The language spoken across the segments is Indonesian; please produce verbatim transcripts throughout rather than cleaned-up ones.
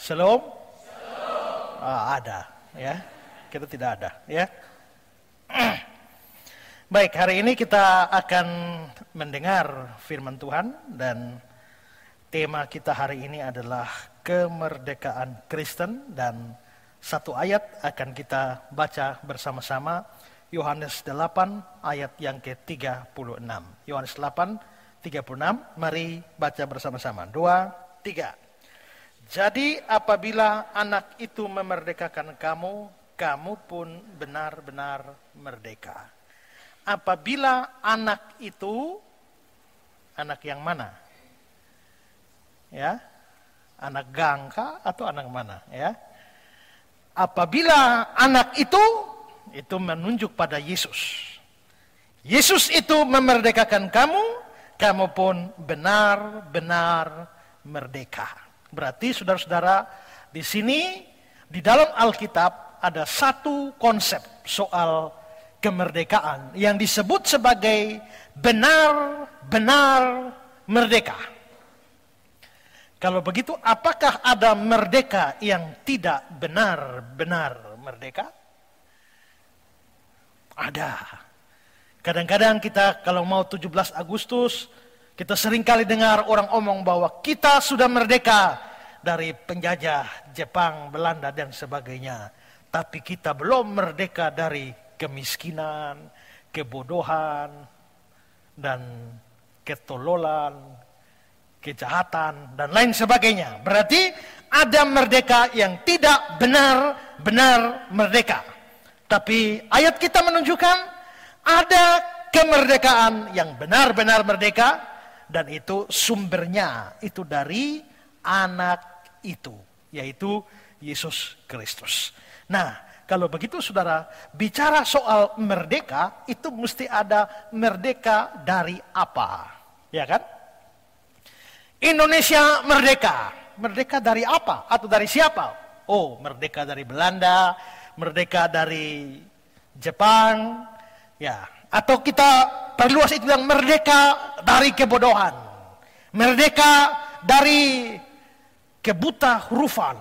Shalom? Ah, ada, ya. Kita tidak ada, ya. Baik, hari ini kita akan mendengar firman Tuhan dan tema kita hari ini adalah kemerdekaan Kristen dan satu ayat akan kita baca bersama-sama, Yohanes delapan ayat yang ke tiga puluh enam. Yohanes delapan tiga puluh enam, mari baca bersama-sama. Dua, tiga. Jadi apabila anak itu memerdekakan kamu, kamu pun benar-benar merdeka. Apabila anak itu, anak yang mana? Ya, anak gangka atau anak mana? Ya, apabila anak itu, itu menunjuk pada Yesus. Yesus itu memerdekakan kamu, kamu pun benar-benar merdeka. Berarti saudara-saudara, di sini di dalam Alkitab ada satu konsep soal kemerdekaan yang disebut sebagai benar-benar merdeka. Kalau begitu, apakah ada merdeka yang tidak benar-benar merdeka? Ada. Kadang-kadang kita kalau mau tujuh belas Agustus, kita sering kali dengar orang omong bahwa kita sudah merdeka dari penjajah Jepang, Belanda, dan sebagainya. Tapi kita belum merdeka dari kemiskinan, kebodohan, dan ketololan, kejahatan, dan lain sebagainya. Berarti ada merdeka yang tidak benar-benar merdeka. Tapi ayat kita menunjukkan ada kemerdekaan yang benar-benar merdeka. Dan itu sumbernya itu dari anak itu, yaitu Yesus Kristus. Nah, kalau begitu saudara, bicara soal merdeka, itu mesti ada merdeka dari apa? Ya kan? Indonesia merdeka. Merdeka dari apa? Atau dari siapa? Oh, merdeka dari Belanda, merdeka dari Jepang, ya. Atau kita perluas itu yang merdeka dari kebodohan, merdeka dari kebuta hurufan,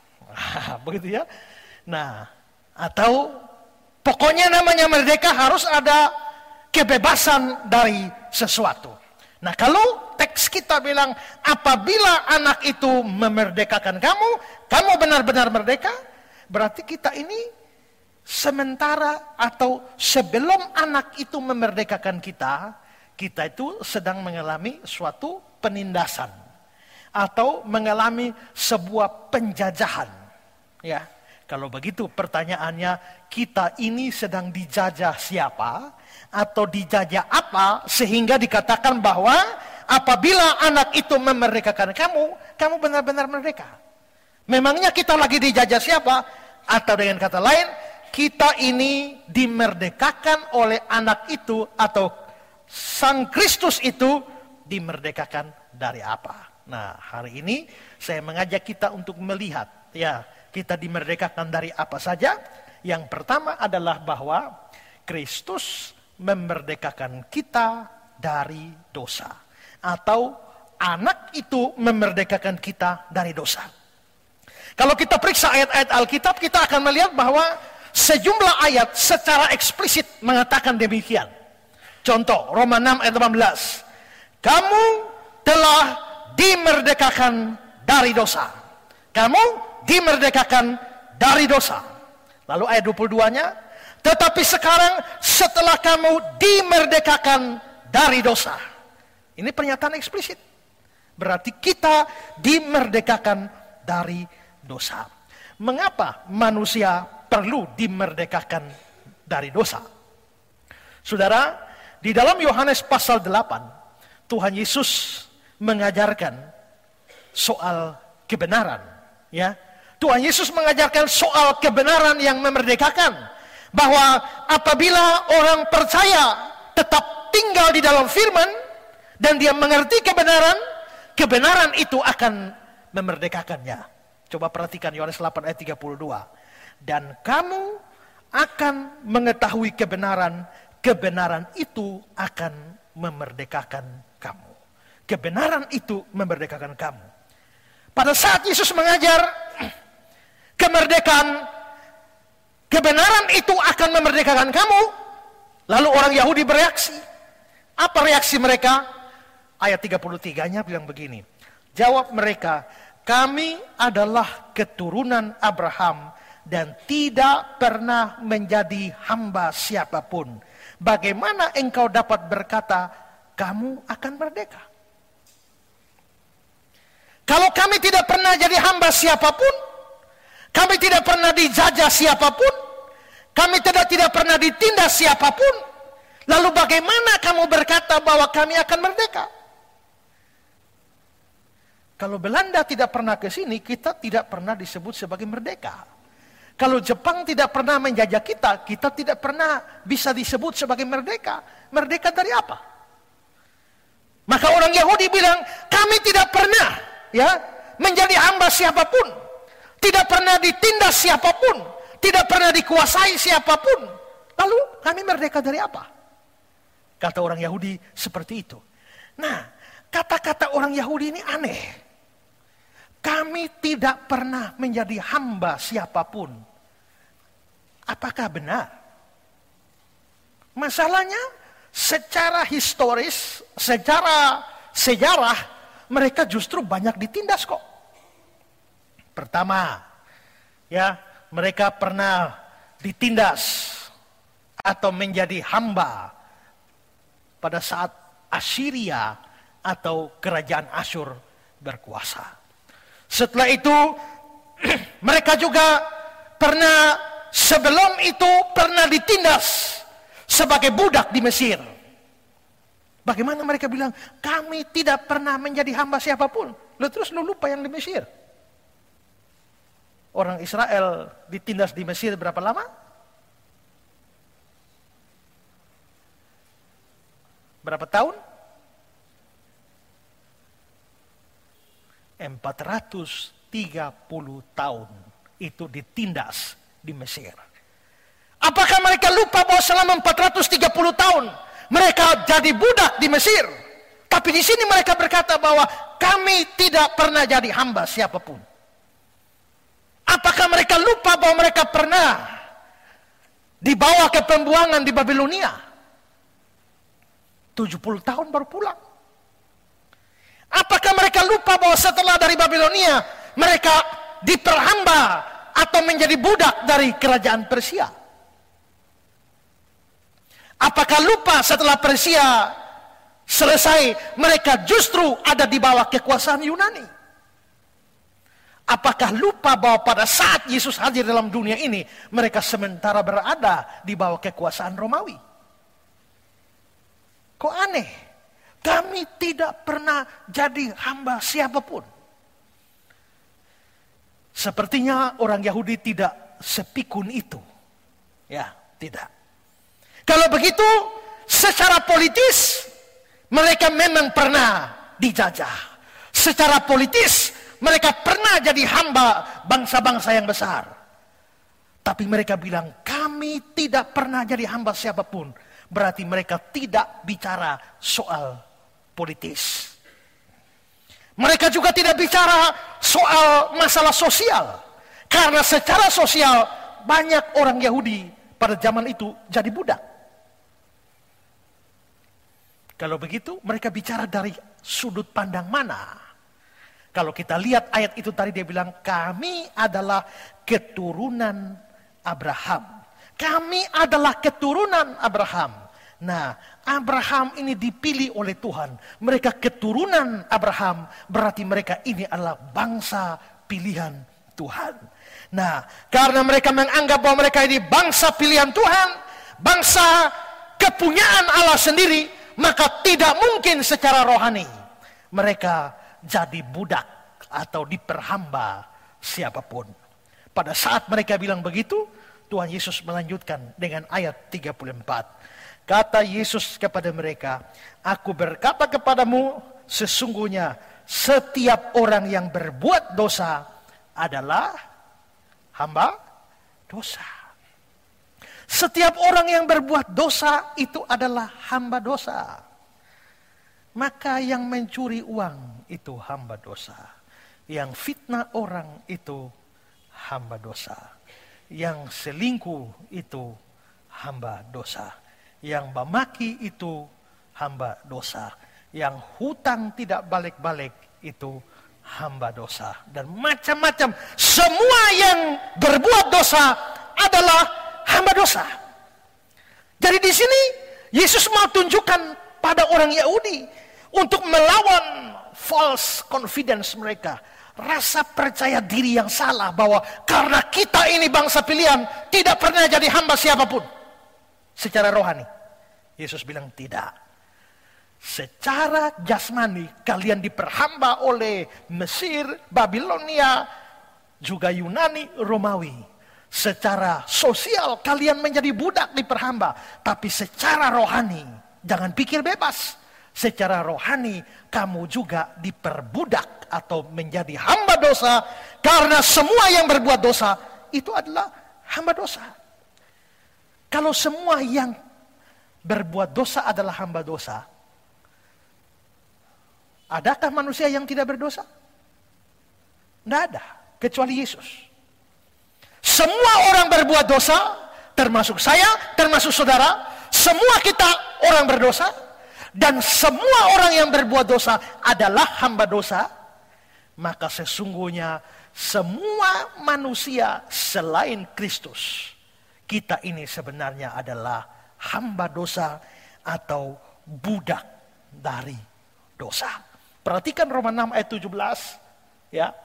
begitu ya. Nah, atau pokoknya namanya merdeka harus ada kebebasan dari sesuatu. Nah, kalau teks kita bilang apabila anak itu memerdekakan kamu, kamu benar-benar merdeka, berarti kita ini sementara atau sebelum anak itu memerdekakan kita, kita itu sedang mengalami suatu penindasan atau mengalami sebuah penjajahan. Ya, kalau begitu pertanyaannya, kita ini sedang dijajah siapa atau dijajah apa sehingga dikatakan bahwa apabila anak itu memerdekakan kamu, kamu benar-benar merdeka. Memangnya kita lagi dijajah siapa? Atau dengan kata lain, kita ini dimerdekakan oleh anak itu atau Sang Kristus itu dimerdekakan dari apa? Nah, hari ini saya mengajak kita untuk melihat, ya, kita dimerdekakan dari apa saja. Yang pertama adalah bahwa Kristus memerdekakan kita dari dosa, atau anak itu memerdekakan kita dari dosa. Kalau kita periksa ayat-ayat Alkitab, kita akan melihat bahwa sejumlah ayat secara eksplisit mengatakan demikian. Contoh, Roma enam ayat delapan belas. Kamu telah dimerdekakan dari dosa. Kamu dimerdekakan dari dosa. Lalu ayat dua puluh dua-nya, tetapi sekarang setelah kamu dimerdekakan dari dosa. Ini pernyataan eksplisit. Berarti kita dimerdekakan dari dosa. Mengapa manusia perlu dimerdekakan dari dosa? Saudara, di dalam Yohanes pasal delapan, Tuhan Yesus mengajarkan soal kebenaran. Ya, Tuhan Yesus mengajarkan soal kebenaran yang memerdekakan. Bahwa apabila orang percaya tetap tinggal di dalam firman, dan dia mengerti kebenaran, kebenaran itu akan memerdekakannya. Coba perhatikan Yohanes delapan ayat tiga puluh dua. Dan kamu akan mengetahui kebenaran, kebenaran itu akan memerdekakan kamu. Kebenaran itu memerdekakan kamu. Pada saat Yesus mengajar kemerdekaan, kebenaran itu akan memerdekakan kamu. Lalu orang Yahudi bereaksi. Apa reaksi mereka? Ayat tiga puluh tiga-nya bilang begini. Jawab mereka, kami adalah keturunan Abraham dan tidak pernah menjadi hamba siapapun. Bagaimana engkau dapat berkata, kamu akan merdeka? Kalau kami tidak pernah jadi hamba siapapun, kami tidak pernah dijajah siapapun, kami tidak tidak pernah ditindas siapapun, lalu bagaimana kamu berkata bahwa kami akan merdeka? Kalau Belanda tidak pernah ke sini, kita tidak pernah disebut sebagai merdeka. Kalau Jepang tidak pernah menjajah kita, kita tidak pernah bisa disebut sebagai merdeka. Merdeka dari apa? Maka orang Yahudi bilang, kami tidak pernah ya menjadi hamba siapapun, tidak pernah ditindas siapapun, tidak pernah dikuasai siapapun. Lalu kami merdeka dari apa? Kata orang Yahudi seperti itu. Nah, kata-kata orang Yahudi ini aneh. Kami tidak pernah menjadi hamba siapapun. Apakah benar? Masalahnya, secara historis, secara sejarah, mereka justru banyak ditindas kok. Pertama, ya, mereka pernah ditindas atau menjadi hamba pada saat Assyria atau kerajaan Asyur berkuasa. Setelah itu mereka juga pernah sebelum itu pernah ditindas sebagai budak di Mesir. Bagaimana mereka bilang, kami tidak pernah menjadi hamba siapapun. Lalu terus lu lupa yang di Mesir. Orang Israel ditindas di Mesir berapa lama? Berapa tahun? empat ratus tiga puluh tahun itu ditindas di Mesir. Apakah mereka lupa bahwa selama empat ratus tiga puluh tahun mereka jadi budak di Mesir? Tapi di sini mereka berkata bahwa kami tidak pernah jadi hamba siapapun. Apakah mereka lupa bahwa mereka pernah dibawa ke pembuangan di Babilonia? tujuh puluh tahun baru pulang. Apakah mereka lupa bahwa setelah dari Babilonia mereka diperhamba atau menjadi budak dari kerajaan Persia? Apakah lupa setelah Persia selesai mereka justru ada di bawah kekuasaan Yunani? Apakah lupa bahwa pada saat Yesus hadir dalam dunia ini mereka sementara berada di bawah kekuasaan Romawi? Kok aneh? Kami tidak pernah jadi hamba siapapun. Sepertinya orang Yahudi tidak sepikun itu. Ya, tidak. Kalau begitu, secara politis, mereka memang pernah dijajah. Secara politis, mereka pernah jadi hamba bangsa-bangsa yang besar. Tapi mereka bilang, kami tidak pernah jadi hamba siapapun. Berarti mereka tidak bicara soal politis. Mereka juga tidak bicara soal masalah sosial. Karena secara sosial banyak orang Yahudi pada zaman itu jadi budak. Kalau begitu mereka bicara dari sudut pandang mana? Kalau kita lihat ayat itu tadi dia bilang kami adalah keturunan Abraham. Kami adalah keturunan Abraham. Nah, Abraham ini dipilih oleh Tuhan. Mereka keturunan Abraham, berarti mereka ini adalah bangsa pilihan Tuhan. Nah, karena mereka menganggap bahwa mereka ini bangsa pilihan Tuhan, bangsa kepunyaan Allah sendiri, maka tidak mungkin secara rohani mereka jadi budak atau diperhamba siapapun. Pada saat mereka bilang begitu, Tuhan Yesus melanjutkan dengan ayat tiga puluh empat. Kata Yesus kepada mereka, aku berkata kepadamu, sesungguhnya setiap orang yang berbuat dosa adalah hamba dosa. Setiap orang yang berbuat dosa itu adalah hamba dosa. Maka yang mencuri uang itu hamba dosa. Yang fitnah orang itu hamba dosa. Yang selingkuh itu hamba dosa. Yang memaki itu hamba dosa. Yang hutang tidak balik-balik itu hamba dosa. Dan macam-macam. Semua yang berbuat dosa adalah hamba dosa. Jadi di sini Yesus mau tunjukkan pada orang Yahudi untuk melawan false confidence mereka. Rasa percaya diri yang salah bahwa karena kita ini bangsa pilihan tidak pernah jadi hamba siapapun secara rohani. Yesus bilang tidak. Secara jasmani kalian diperhamba oleh Mesir, Babilonia, juga Yunani, Romawi. Secara sosial kalian menjadi budak diperhamba, tapi secara rohani jangan pikir bebas. Secara rohani kamu juga diperbudak atau menjadi hamba dosa, karena semua yang berbuat dosa itu adalah hamba dosa. Kalau semua yang berbuat dosa adalah hamba dosa, adakah manusia yang tidak berdosa? Tidak ada, kecuali Yesus. Semua orang berbuat dosa, termasuk saya, termasuk saudara. Semua kita orang berdosa. Dan semua orang yang berbuat dosa adalah hamba dosa. Maka sesungguhnya semua manusia selain Kristus, kita ini sebenarnya adalah hamba dosa atau budak dari dosa. Perhatikan Roma enam ayat tujuh belas. Ya.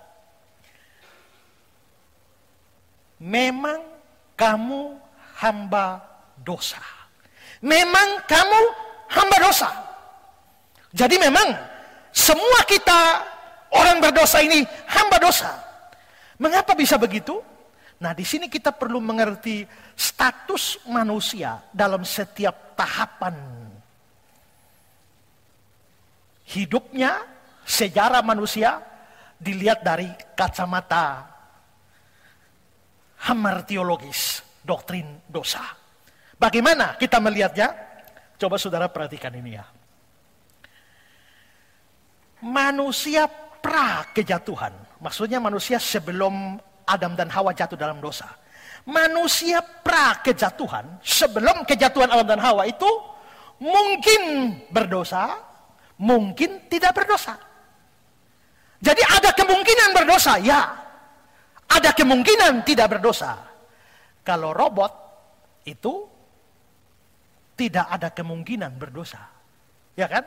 Memang kamu hamba dosa. Memang kamu hamba dosa. Jadi memang semua kita orang berdosa ini hamba dosa. Mengapa bisa begitu? Nah, di sini kita perlu mengerti status manusia dalam setiap tahapan hidupnya, sejarah manusia dilihat dari kacamata hamartiologis, doktrin dosa. Bagaimana kita melihatnya? Coba saudara perhatikan ini ya. Manusia pra kejatuhan, maksudnya manusia sebelum Adam dan Hawa jatuh dalam dosa. Manusia pra kejatuhan, sebelum kejatuhan Adam dan Hawa itu mungkin berdosa, mungkin tidak berdosa. Jadi ada kemungkinan berdosa, ya. Ada kemungkinan tidak berdosa. Kalau robot itu tidak ada kemungkinan berdosa. Ya kan?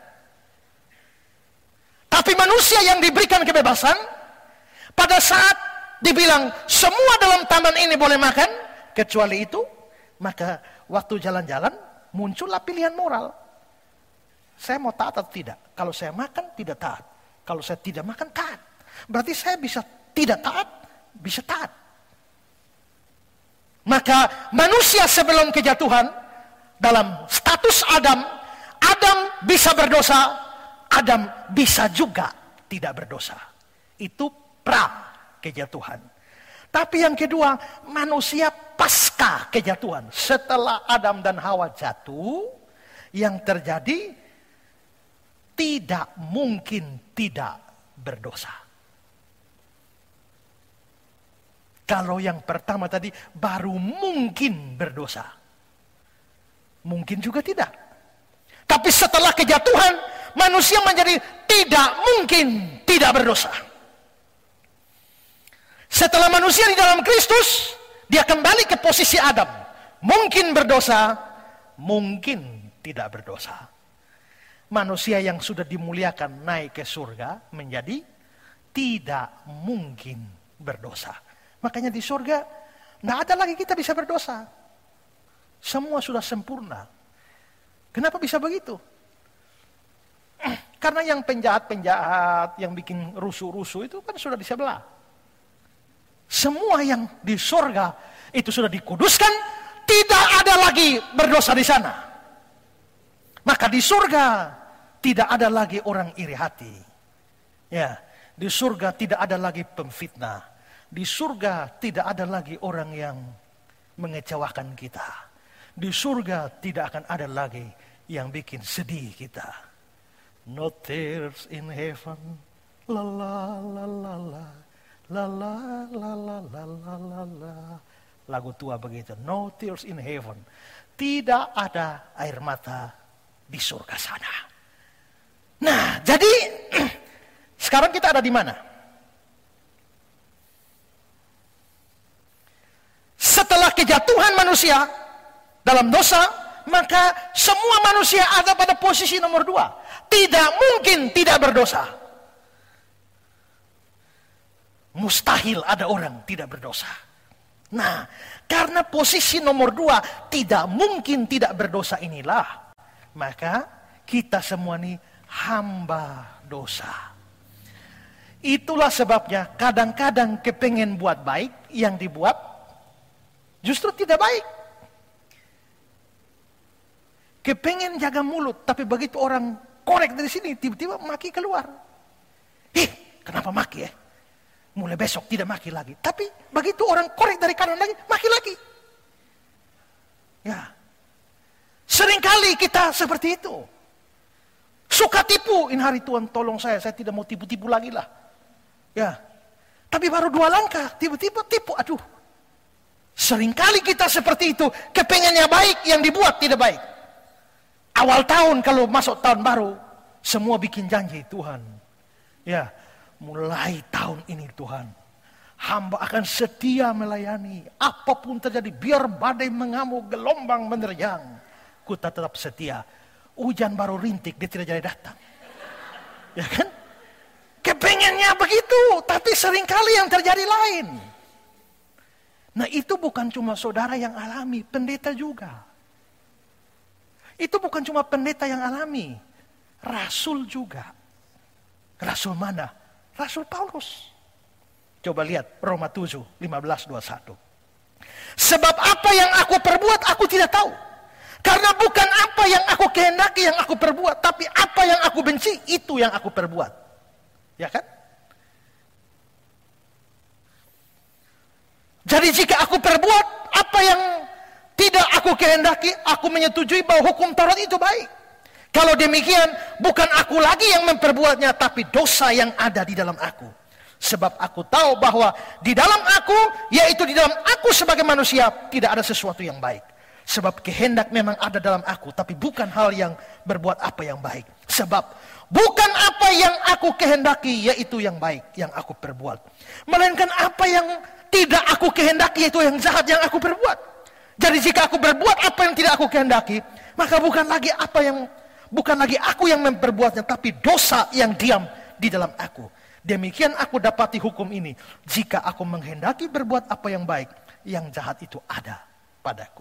Tapi manusia yang diberikan kebebasan, pada saat dibilang semua dalam taman ini boleh makan, kecuali itu, maka waktu jalan-jalan muncullah pilihan moral. Saya mau taat atau tidak? Kalau saya makan, tidak taat. Kalau saya tidak makan, taat. Berarti saya bisa tidak taat, bisa taat. Maka manusia sebelum kejatuhan, dalam status Adam, Adam bisa berdosa, Adam bisa juga tidak berdosa. Itu pra kejatuhan. Tapi yang kedua, manusia pasca kejatuhan. Setelah Adam dan Hawa jatuh, yang terjadi tidak mungkin tidak berdosa. Kalau yang pertama tadi baru mungkin berdosa. Mungkin juga tidak. Tapi setelah kejatuhan, manusia menjadi tidak mungkin tidak berdosa. Setelah manusia di dalam Kristus, dia kembali ke posisi Adam. Mungkin berdosa, mungkin tidak berdosa. Manusia yang sudah dimuliakan naik ke surga menjadi tidak mungkin berdosa. Makanya di surga, tidak ada lagi kita bisa berdosa. Semua sudah sempurna. Kenapa bisa begitu? Karena yang penjahat-penjahat, yang bikin rusuh-rusuh itu kan sudah di sebelah. Semua yang di surga itu sudah dikuduskan, tidak ada lagi berdosa di sana. Maka di surga tidak ada lagi orang iri hati. Ya, di surga tidak ada lagi pemfitnah. Di surga tidak ada lagi orang yang mengecewakan kita. Di surga tidak akan ada lagi yang bikin sedih kita. No tears in heaven, la la la la la. La la la la la la la la. Lagu tua begitu. No tears in heaven. Tidak ada air mata di surga sana. Nah, jadi sekarang kita ada di mana? Setelah kejatuhan manusia dalam dosa, maka semua manusia ada pada posisi nomor dua. Tidak mungkin tidak berdosa. Mustahil ada orang tidak berdosa. Nah, karena posisi nomor dua tidak mungkin tidak berdosa inilah, maka kita semua ini hamba dosa. Itulah sebabnya kadang-kadang kepengen buat baik, yang dibuat justru tidak baik. Kepengen jaga mulut, tapi begitu orang korek dari sini, tiba-tiba maki keluar. Eh, kenapa maki ya? Mulai besok tidak maki lagi. Tapi begitu orang korek dari kanan lagi, maki lagi. Ya. Seringkali kita seperti itu. Suka tipu. Ini hari Tuhan tolong saya, saya tidak mau tipu-tipu lagi lah. Ya. Tapi baru dua langkah, tiba-tiba tipu. Aduh. Seringkali kita seperti itu. Kepengennya baik, yang dibuat tidak baik. Awal tahun kalau masuk tahun baru, semua bikin janji Tuhan. Ya. Mulai tahun ini Tuhan, hamba akan setia melayani. Apapun terjadi, biar badai mengamuk, gelombang menerjang, ku tetap setia. Hujan baru rintik, dia tidak jadi datang. Ya kan? Kepengennya begitu, tapi seringkali yang terjadi lain. Nah, itu bukan cuma saudara yang alami, pendeta juga. Itu bukan cuma pendeta yang alami, rasul juga. Rasul mana? Rasul Paulus. Coba lihat Roma tujuh, lima belas, dua puluh satu. Sebab apa yang aku perbuat aku tidak tahu. Karena bukan apa yang aku kehendaki yang aku perbuat, tapi apa yang aku benci itu yang aku perbuat. Ya kan? Jadi jika aku perbuat apa yang tidak aku kehendaki, aku menyetujui bahwa hukum Taurat itu baik. Kalau demikian, bukan aku lagi yang memperbuatnya, tapi dosa yang ada di dalam aku. Sebab aku tahu bahwa di dalam aku, yaitu di dalam aku sebagai manusia, tidak ada sesuatu yang baik. Sebab kehendak memang ada dalam aku, tapi bukan hal yang berbuat apa yang baik. Sebab bukan apa yang aku kehendaki, yaitu yang baik, yang aku perbuat. Melainkan apa yang tidak aku kehendaki, yaitu yang jahat yang aku perbuat. Jadi jika aku berbuat apa yang tidak aku kehendaki, maka bukan lagi apa yang Bukan lagi aku yang memperbuatnya, tapi dosa yang diam di dalam aku. Demikian aku dapati hukum ini. Jika aku menghendaki berbuat apa yang baik, yang jahat itu ada padaku.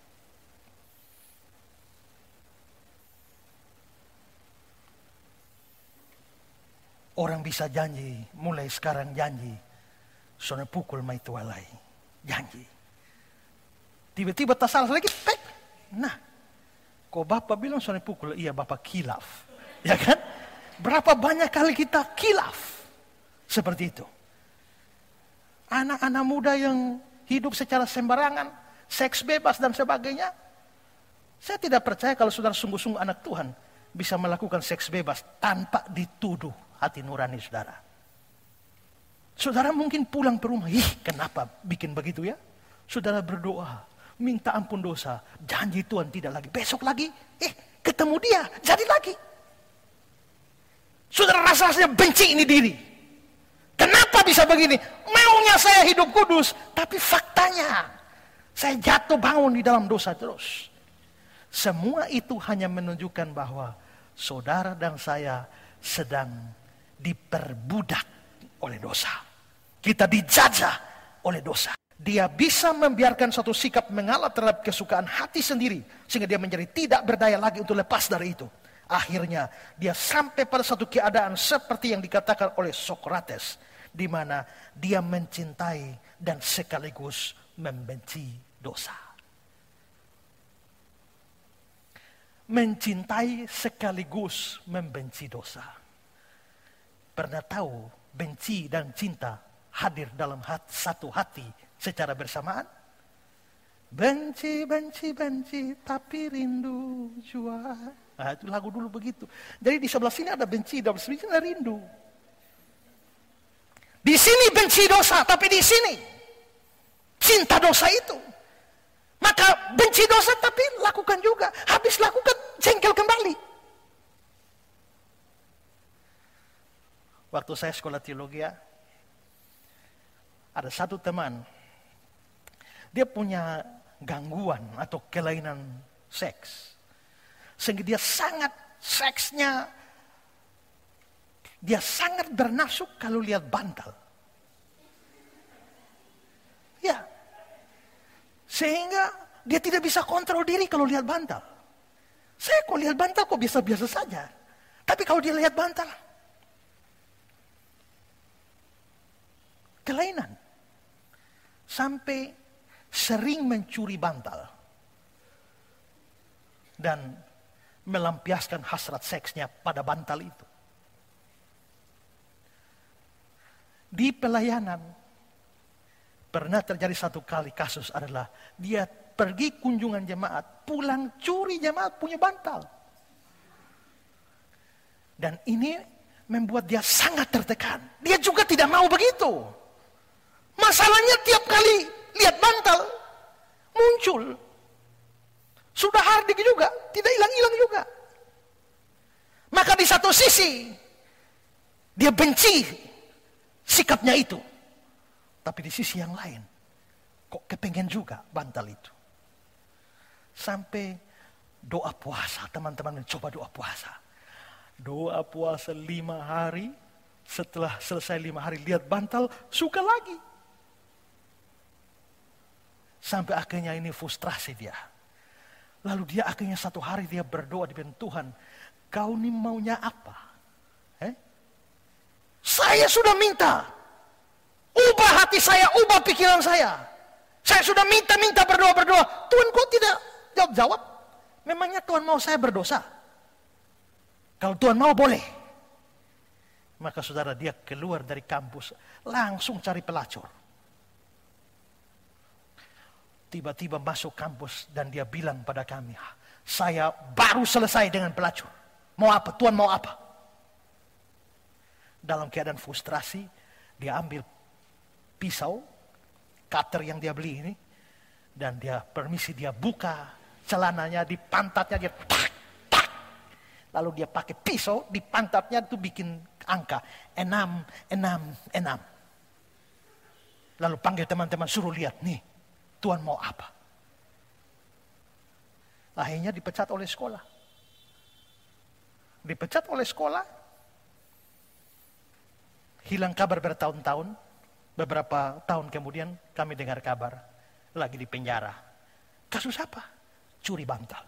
Orang bisa janji, mulai sekarang janji. Soalnya pukul mai tualai. Janji. Tiba-tiba tak salah lagi, pek. Nah. Kok Bapak bilang soalnya pukul, iya Bapak kilaf. Ya kan? Berapa banyak kali kita kilaf. Seperti itu. Anak-anak muda yang hidup secara sembarangan, seks bebas dan sebagainya. Saya tidak percaya kalau saudara sungguh-sungguh anak Tuhan bisa melakukan seks bebas tanpa dituduh hati nurani saudara. Saudara mungkin pulang ke rumah, ih kenapa bikin begitu ya? Saudara berdoa. Minta ampun dosa, janji Tuhan tidak lagi. Besok lagi, eh ketemu dia, jadi lagi. Saudara rasa-rasanya benci ini diri. Kenapa bisa begini? Maunya saya hidup kudus, tapi faktanya saya jatuh bangun di dalam dosa terus. Semua itu hanya menunjukkan bahwa saudara dan saya sedang diperbudak oleh dosa. Kita dijajah oleh dosa. Dia bisa membiarkan suatu sikap mengalah terhadap kesukaan hati sendiri. Sehingga dia menjadi tidak berdaya lagi untuk lepas dari itu. Akhirnya dia sampai pada satu keadaan seperti yang dikatakan oleh Sokrates. Di mana dia mencintai dan sekaligus membenci dosa. Mencintai sekaligus membenci dosa. Pernah tahu benci dan cinta hadir dalam hati, satu hati secara bersamaan? Benci, benci, benci, tapi rindu jua. Nah, itu lagu dulu begitu. Jadi di sebelah sini ada benci, di sebelah sini ada rindu. Di sini benci dosa, tapi di sini cinta dosa itu. Maka benci dosa tapi lakukan juga. Habis lakukan, jengkel kembali. Waktu saya sekolah teologi, ada satu teman, dia punya gangguan atau kelainan seks. Sehingga dia sangat, seksnya, dia sangat bernafsu kalau lihat bantal. Ya. Sehingga dia tidak bisa kontrol diri kalau lihat bantal. Saya kok lihat bantal kok biasa-biasa saja. Tapi kalau dia lihat bantal, kelainan. Sampai sering mencuri bantal. Dan melampiaskan hasrat seksnya pada bantal itu. Di pelayanan, pernah terjadi satu kali kasus adalah dia pergi kunjungan jemaat, pulang curi jemaat punya bantal. Dan ini membuat dia sangat tertekan. Dia juga tidak mau begitu. Masalahnya tiap kali lihat bantal, muncul. Sudah hardik juga, tidak hilang-hilang juga. Maka di satu sisi, dia benci sikapnya itu. Tapi di sisi yang lain, kok kepengen juga bantal itu. Sampai doa puasa, teman-teman mencoba doa puasa. Doa puasa lima hari, setelah selesai lima hari lihat bantal, suka lagi. Sampai akhirnya ini frustrasi dia. Lalu dia akhirnya satu hari dia berdoa di depan Tuhan, kau ini maunya apa? Eh? Saya sudah minta. Ubah hati saya, ubah pikiran saya. Saya sudah minta-minta berdoa-berdoa. Tuhan kok tidak jawab-jawab? Memangnya Tuhan mau saya berdosa? Kalau Tuhan mau boleh. Maka saudara dia keluar dari kampus. Langsung cari pelacur. Tiba-tiba masuk kampus dan dia bilang pada kami, saya baru selesai dengan pelacur. Mau apa? Tuhan mau apa? Dalam keadaan frustrasi, dia ambil pisau, cutter yang dia beli ini, dan dia permisi dia buka celananya, di pantatnya dia tak, tak. Lalu dia pakai pisau, di pantatnya itu bikin angka, enam, enam, enam. Lalu panggil teman-teman, suruh lihat, nih, Tuhan mau apa? Akhirnya dipecat oleh sekolah. Dipecat oleh sekolah, hilang kabar bertahun-tahun. Beberapa tahun kemudian kami dengar kabar lagi di penjara. Kasus apa? Curi bantal.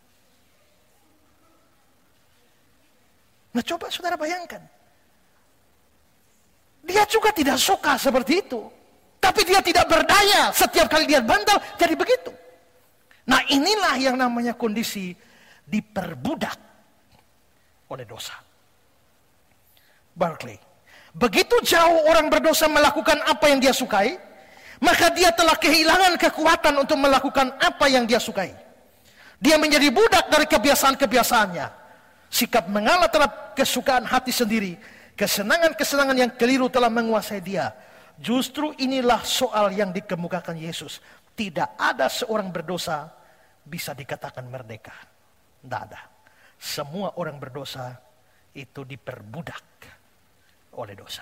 Nah coba saudara bayangkan. Dia juga tidak suka seperti itu. Tapi dia tidak berdaya setiap kali lihat bantal jadi begitu. Nah inilah yang namanya kondisi diperbudak oleh dosa. Barclay. Begitu jauh orang berdosa melakukan apa yang dia sukai, maka dia telah kehilangan kekuatan untuk melakukan apa yang dia sukai. Dia menjadi budak dari kebiasaan-kebiasaannya. Sikap mengalah terhadap kesukaan hati sendiri. Kesenangan-kesenangan yang keliru telah menguasai dia. Justru inilah soal yang dikemukakan Yesus. Tidak ada seorang berdosa bisa dikatakan merdeka. Tidak ada. Semua orang berdosa itu diperbudak oleh dosa.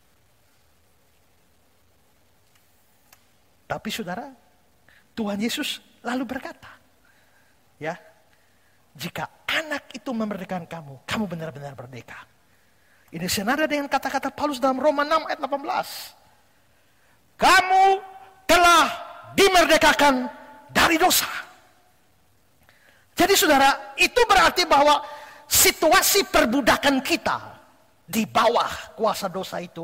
Tapi saudara, Tuhan Yesus lalu berkata, ya, jika anak itu memerdekakan kamu, kamu benar-benar merdeka. Ini senada dengan kata-kata Paulus dalam Roma enam ayat delapan belas. Kamu telah dimerdekakan dari dosa. Jadi saudara, itu berarti bahwa situasi perbudakan kita di bawah kuasa dosa itu,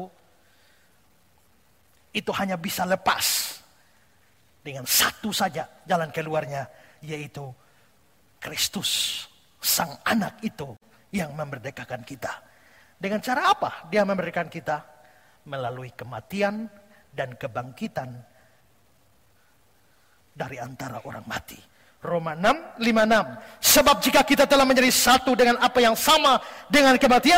itu hanya bisa lepas dengan satu saja jalan keluarnya, yaitu Kristus, Sang Anak itu yang memerdekakan kita. Dengan cara apa Dia memerdekakan kita? Melalui kematian dan kebangkitan dari antara orang mati. Roma enam lima puluh enam. Sebab jika kita telah menjadi satu dengan apa yang sama dengan kematian,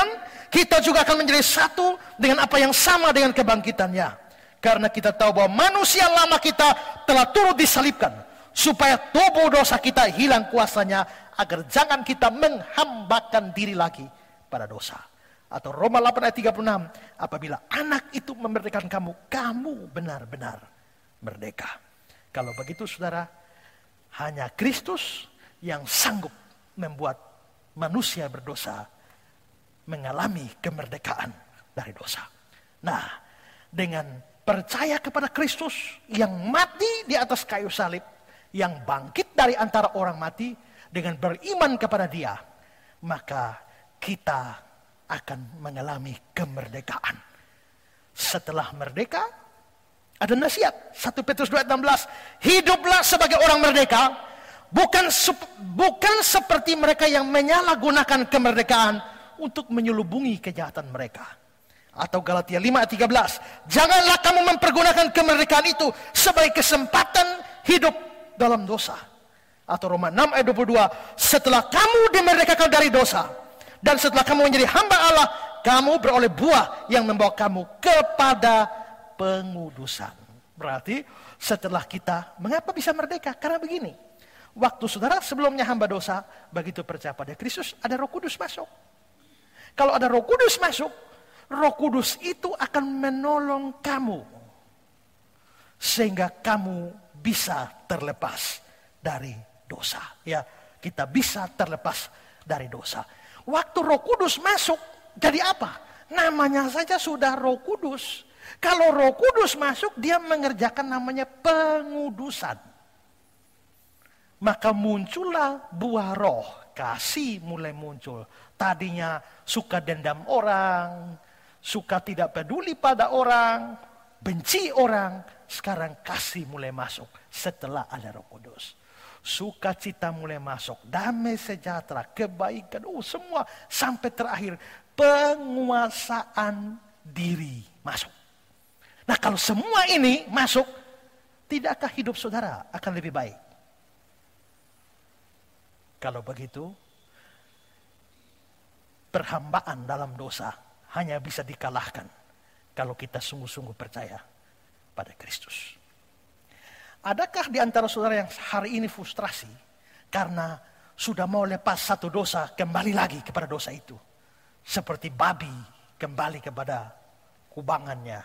kita juga akan menjadi satu dengan apa yang sama dengan kebangkitannya. Karena kita tahu bahwa manusia lama kita telah turut disalibkan, supaya tubuh dosa kita hilang kuasanya, agar jangan kita menghambakan diri lagi pada dosa. Atau Roma delapan ayat tiga puluh enam, apabila anak itu memerdekakan kamu, kamu benar-benar merdeka. Kalau begitu saudara, hanya Kristus yang sanggup membuat manusia berdosa mengalami kemerdekaan dari dosa. Nah, dengan percaya kepada Kristus yang mati di atas kayu salib, yang bangkit dari antara orang mati, dengan beriman kepada Dia, maka kita akan mengalami kemerdekaan. Setelah merdeka, ada nasihat. satu Petrus dua ayat enam belas, hiduplah sebagai orang merdeka, bukan bukan seperti mereka yang menyalahgunakan kemerdekaan untuk menyelubungi kejahatan mereka. Atau Galatia lima ayat tiga belas, janganlah kamu mempergunakan kemerdekaan itu sebagai kesempatan hidup dalam dosa. Atau Roma enam ayat dua puluh dua, setelah kamu dimerdekakan dari dosa, dan setelah kamu menjadi hamba Allah, kamu beroleh buah yang membawa kamu kepada pengudusan. Berarti setelah kita, mengapa bisa merdeka? Karena begini, waktu saudara sebelumnya hamba dosa, begitu percaya pada Kristus, ada Roh Kudus masuk. Kalau ada Roh Kudus masuk, Roh Kudus itu akan menolong kamu, sehingga kamu bisa terlepas dari dosa. Ya, kita bisa terlepas dari dosa. Waktu Roh Kudus masuk, jadi apa? Namanya saja sudah Roh Kudus. Kalau Roh Kudus masuk, dia mengerjakan namanya pengudusan. Maka muncullah buah roh, kasih mulai muncul. Tadinya suka dendam orang, suka tidak peduli pada orang, benci orang. Sekarang kasih mulai masuk setelah ada Roh Kudus. Sukacita mulai masuk, damai sejahtera, kebaikan, oh semua sampai terakhir penguasaan diri masuk. Nah, kalau semua ini masuk, tidakkah hidup saudara akan lebih baik? Kalau begitu, perhambaan dalam dosa hanya bisa dikalahkan kalau kita sungguh-sungguh percaya pada Kristus. Adakah di antara saudara yang hari ini frustrasi karena sudah mau lepas satu dosa, kembali lagi kepada dosa itu? Seperti babi kembali kepada kubangannya,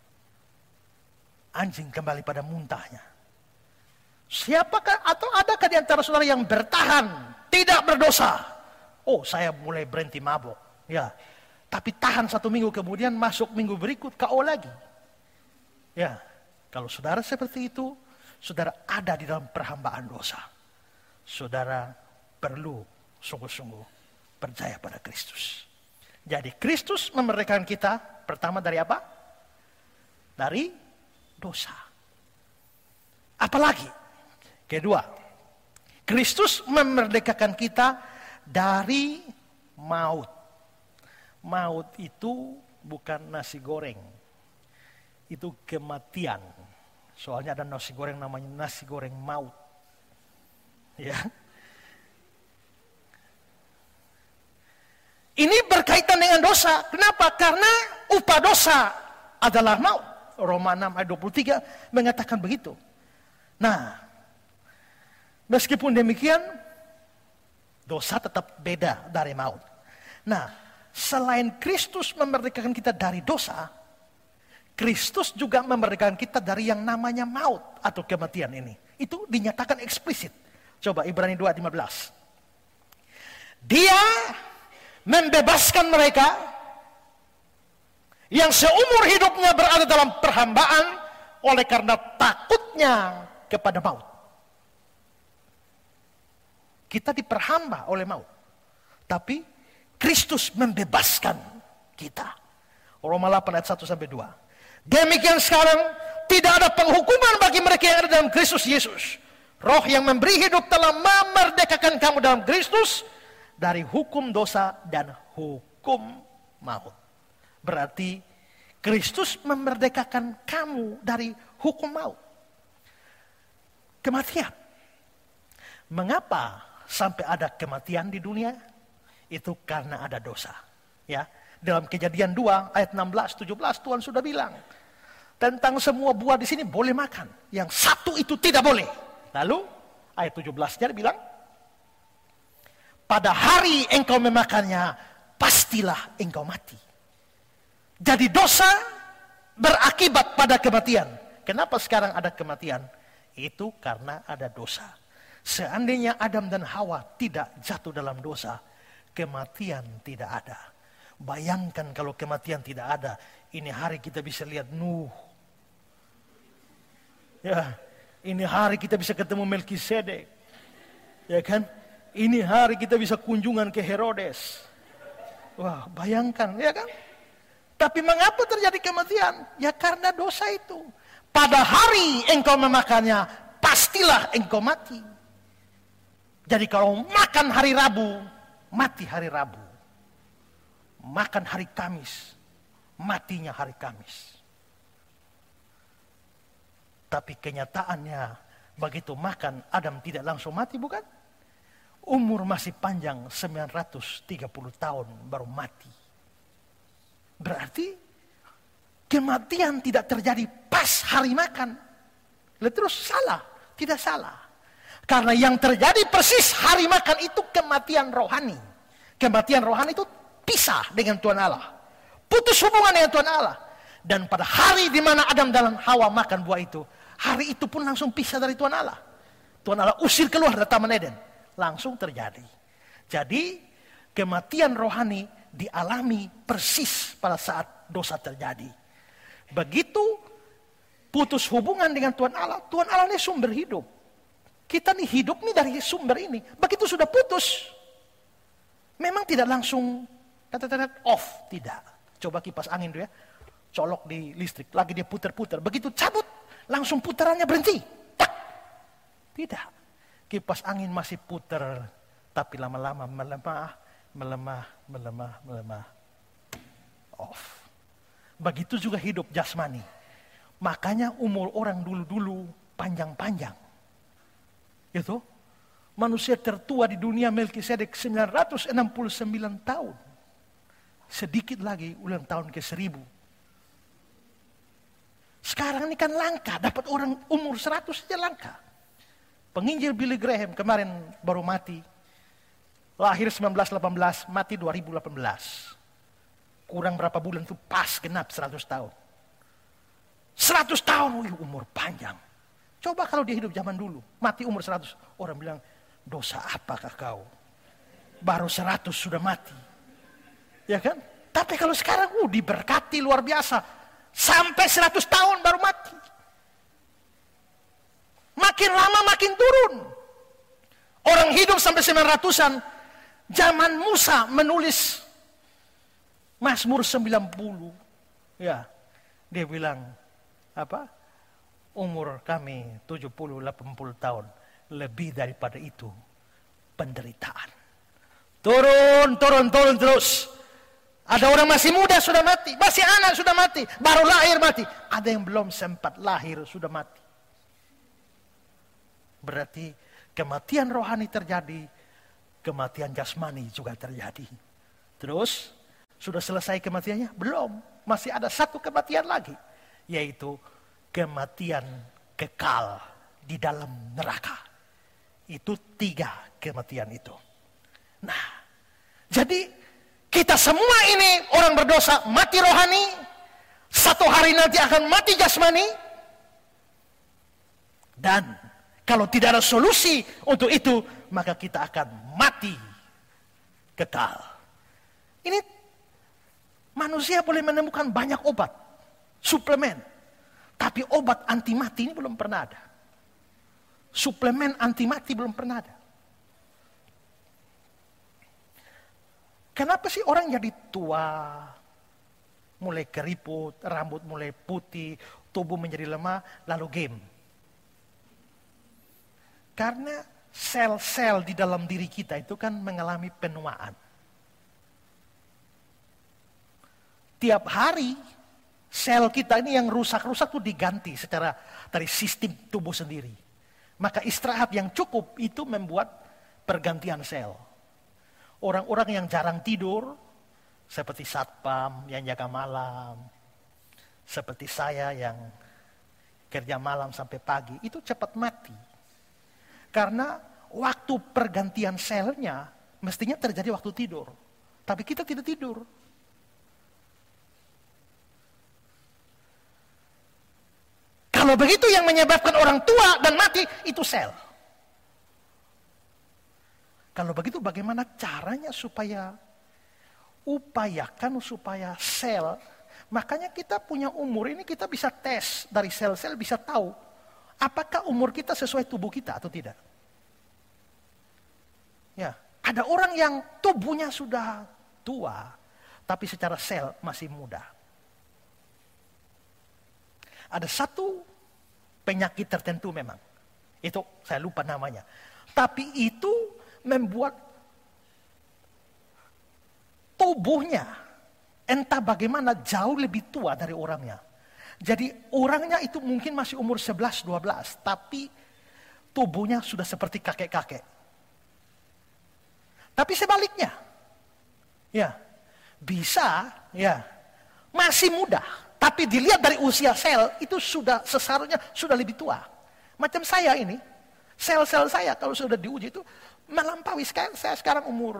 anjing kembali pada muntahnya. Siapakah atau adakah di antara saudara yang bertahan, tidak berdosa? Oh, saya mulai berhenti mabuk. Ya, tapi tahan satu minggu kemudian masuk minggu berikut K O lagi. Ya, kalau saudara seperti itu, saudara ada di dalam perhambaan dosa. Saudara perlu sungguh-sungguh percaya pada Kristus. Jadi Kristus memerdekakan kita pertama dari apa? Dari dosa. Apalagi? Kedua, Kristus memerdekakan kita dari maut. Maut itu bukan nasi goreng. Itu kematian. Soalnya ada nasi goreng namanya nasi goreng maut. Ya. Ini berkaitan dengan dosa. Kenapa? Karena upah dosa adalah maut. Roma enam ayat dua puluh tiga mengatakan begitu. Nah, meskipun demikian, dosa tetap beda dari maut. Nah, selain Kristus memerdekakan kita dari dosa, Kristus juga memerdekakan kita dari yang namanya maut atau kematian ini. Itu dinyatakan eksplisit. Coba Ibrani dua ayat lima belas. Dia membebaskan mereka yang seumur hidupnya berada dalam perhambaan oleh karena takutnya kepada maut. Kita diperhamba oleh maut. Tapi Kristus membebaskan kita. Roma delapan ayat satu sampai dua. Demikian sekarang tidak ada penghukuman bagi mereka yang ada dalam Kristus Yesus. Roh yang memberi hidup telah memerdekakan kamu dalam Kristus dari hukum dosa dan hukum maut. Berarti Kristus memerdekakan kamu dari hukum maut. Kematian. Mengapa sampai ada kematian di dunia? Itu karena ada dosa. Ya, Dalam Kejadian dua ayat enam belas tujuh belas Tuhan sudah bilang tentang semua buah di sini boleh makan, yang satu itu tidak boleh. Lalu ayat tujuh belas-nya bilang, pada hari engkau memakannya pastilah engkau mati. Jadi dosa berakibat pada kematian. Kenapa sekarang ada kematian? Itu karena ada dosa. Seandainya Adam dan Hawa tidak jatuh dalam dosa, kematian tidak ada. Bayangkan kalau kematian tidak ada, ini hari kita bisa lihat Nuh. Ya, ini hari kita bisa ketemu Melkisedek. Ya kan? Ini hari kita bisa kunjungan ke Herodes. Wah, bayangkan, ya kan? Tapi mengapa terjadi kematian? Ya karena dosa itu. Pada hari engkau memakannya, pastilah engkau mati. Jadi kalau makan hari Rabu, mati hari Rabu. Makan hari Kamis, matinya hari Kamis. Tapi kenyataannya, begitu makan, Adam tidak langsung mati, bukan? Umur masih panjang, sembilan ratus tiga puluh tahun baru mati. Berarti kematian tidak terjadi pas hari makan. Lalu terus salah, tidak salah. Karena yang terjadi persis hari makan itu kematian rohani. Kematian rohani itu pisah dengan Tuhan Allah. Putus hubungan dengan Tuhan Allah. Dan pada hari di mana Adam dan Hawa makan buah itu, hari itu pun langsung pisah dari Tuhan Allah. Tuhan Allah usir keluar dari Taman Eden. Langsung terjadi. Jadi kematian rohani dialami persis pada saat dosa terjadi. Begitu putus hubungan dengan Tuhan Allah, Tuhan Allah ini sumber hidup. Kita nih hidup nih dari sumber ini. Begitu sudah putus, memang tidak langsung tetet off, tidak. Coba kipas angin tuh ya, colok di listrik, lagi dia putar-putar. Begitu cabut, langsung putarannya berhenti. Tak. Tidak. Kipas angin masih putar, tapi lama-lama melemah, melemah, melemah, melemah. Off. Begitu juga hidup jasmani. Makanya umur orang dulu-dulu panjang-panjang. Itu manusia tertua di dunia Melkisedek sembilan ratus enam puluh sembilan tahun. Sedikit lagi ulang tahun ke seribu. Sekarang ini kan langka, dapat orang umur seratus saja langka. Penginjil Billy Graham kemarin baru mati. Lahir sembilan belas delapan belas, mati dua ribu delapan belas. Kurang berapa bulan itu pas genap seratus tahun. seratus tahun, wih, umur panjang. Coba kalau dia hidup zaman dulu, mati umur seratus. Orang bilang, dosa apakah kau? Baru seratus sudah mati. Ya kan? Tapi kalau sekarang, uh, diberkati luar biasa. Sampai seratus tahun baru mati. Makin lama makin turun. Orang hidup sampai sembilan ratusan. Zaman Musa menulis Mazmur sembilan puluh. Ya, dia bilang, apa? Umur kami tujuh puluh delapan puluh tahun. Lebih daripada itu, penderitaan. Turun, turun, turun terus. Ada orang masih muda sudah mati, masih anak sudah mati, baru lahir mati. Ada yang belum sempat lahir sudah mati. Berarti kematian rohani terjadi, kematian jasmani juga terjadi. Terus, sudah selesai kematiannya? Belum, masih ada satu kematian lagi, yaitu kematian kekal di dalam neraka. Itu tiga kematian itu. Nah, jadi kita semua ini orang berdosa, mati rohani, satu hari nanti akan mati jasmani. Dan kalau tidak ada solusi untuk itu, maka kita akan mati kekal. Ini manusia boleh menemukan banyak obat, suplemen. Tapi obat anti mati ini belum pernah ada. Suplemen anti mati belum pernah ada. Kenapa sih orang jadi tua, mulai keriput, rambut mulai putih, tubuh menjadi lemah, lalu game? Karena sel-sel di dalam diri kita itu kan mengalami penuaan. Tiap hari, sel kita ini yang rusak-rusak itu diganti secara dari sistem tubuh sendiri. Maka istirahat yang cukup itu membuat pergantian sel. Orang-orang yang jarang tidur, Seperti satpam yang jaga malam, seperti saya yang kerja malam sampai pagi, itu cepat mati. Karena waktu pergantian selnya mestinya terjadi waktu tidur. Tapi kita tidak tidur. Kalau begitu yang menyebabkan orang tua dan mati itu sel. Kalau begitu bagaimana caranya supaya upayakan supaya sel, makanya kita punya umur ini kita bisa tes dari sel-sel, bisa tahu apakah umur kita sesuai tubuh kita atau tidak. Ya, ada orang yang tubuhnya sudah tua, tapi secara sel masih muda. Ada satu penyakit tertentu memang, itu saya lupa namanya, tapi itu membuat tubuhnya entah bagaimana jauh lebih tua dari orangnya. Jadi orangnya itu mungkin masih umur sebelas dua belas, tapi tubuhnya sudah seperti kakek-kakek. Tapi sebaliknya, ya bisa, ya masih muda, tapi dilihat dari usia sel itu sudah seharusnya sudah lebih tua. Macam saya ini, sel-sel saya kalau sudah diuji itu melampaui sekarang. Saya sekarang umur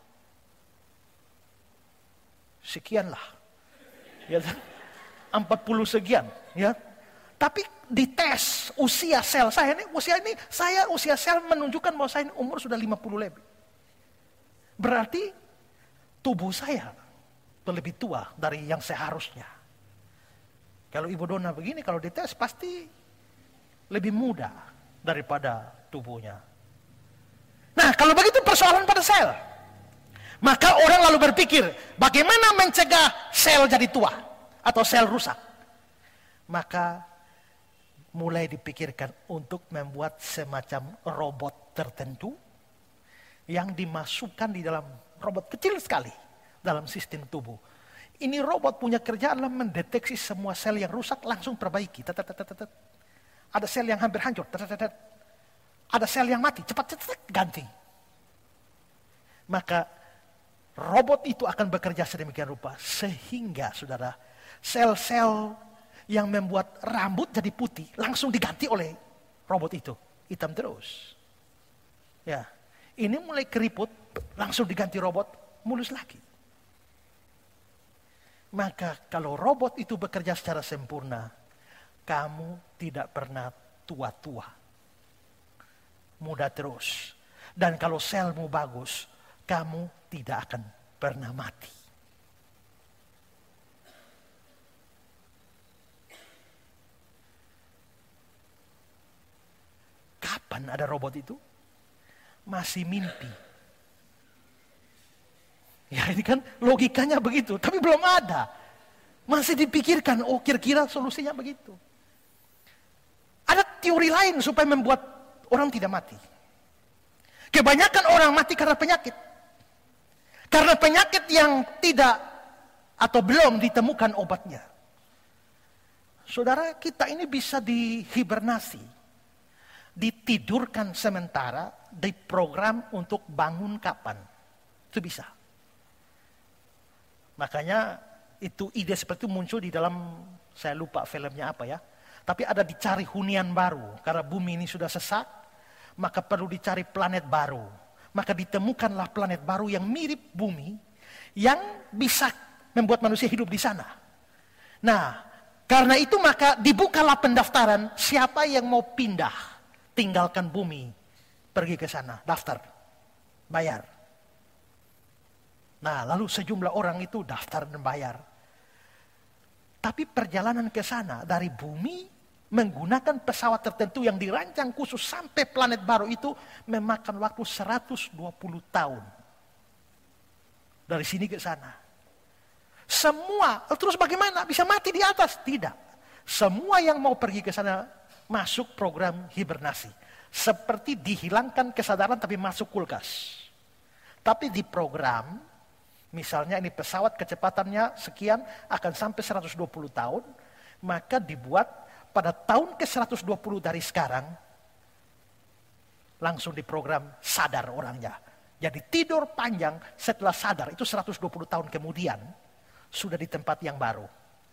sekian lah, ya, empat puluh sekian, ya. Tapi dites usia sel saya ini, usia ini saya usia sel menunjukkan bahwa saya ini umur sudah lima puluh lebih. Berarti tubuh saya lebih tua dari yang seharusnya. Kalau Ibu Dona begini, kalau dites pasti lebih muda daripada tubuhnya. Nah, kalau begitu persoalan pada sel. Maka orang lalu berpikir, bagaimana mencegah sel jadi tua atau sel rusak? Maka mulai dipikirkan untuk membuat semacam robot tertentu yang dimasukkan di dalam robot kecil sekali dalam sistem tubuh. Ini robot punya kerjaan adalah mendeteksi semua sel yang rusak, langsung perbaiki. Ada sel yang hampir hancur, ada sel yang mati, cepat cepat ganti. Maka robot itu akan bekerja sedemikian rupa sehingga saudara, sel-sel yang membuat rambut jadi putih langsung diganti oleh robot itu, hitam terus. Ya, ini mulai keriput langsung diganti robot, mulus lagi. Maka kalau robot itu bekerja secara sempurna, kamu tidak pernah tua-tua, muda terus. Dan kalau selmu bagus, kamu tidak akan pernah mati. Kapan ada robot itu? Masih mimpi. Ya ini kan logikanya begitu, tapi belum ada. Masih dipikirkan, oh kira-kira solusinya begitu. Ada teori lain supaya membuat orang tidak mati. Kebanyakan orang mati karena penyakit. Karena penyakit yang tidak atau belum ditemukan obatnya. Saudara, kita ini bisa dihibernasi, ditidurkan sementara, diprogram untuk bangun kapan. Itu bisa. Makanya itu ide seperti itu muncul di dalam, saya lupa filmnya apa ya. Tapi ada dicari hunian baru. Karena bumi ini sudah sesak, maka perlu dicari planet baru. Maka ditemukanlah planet baru yang mirip bumi, yang bisa membuat manusia hidup di sana. Nah, karena itu maka dibukalah pendaftaran siapa yang mau pindah, tinggalkan bumi, pergi ke sana, daftar, bayar. Nah, lalu sejumlah orang itu daftar dan bayar. Tapi perjalanan ke sana dari bumi menggunakan pesawat tertentu yang dirancang khusus sampai planet baru itu memakan waktu seratus dua puluh tahun. Dari sini ke sana. Semua, terus bagaimana? Bisa mati di atas? Tidak. Semua yang mau pergi ke sana masuk program hibernasi. Seperti dihilangkan kesadaran tapi masuk kulkas. Tapi di program, misalnya ini pesawat kecepatannya sekian akan sampai seratus dua puluh tahun, maka dibuat pada tahun ke seratus dua puluh dari sekarang, langsung diprogram sadar orangnya. Jadi tidur panjang setelah sadar itu seratus dua puluh tahun kemudian sudah di tempat yang baru.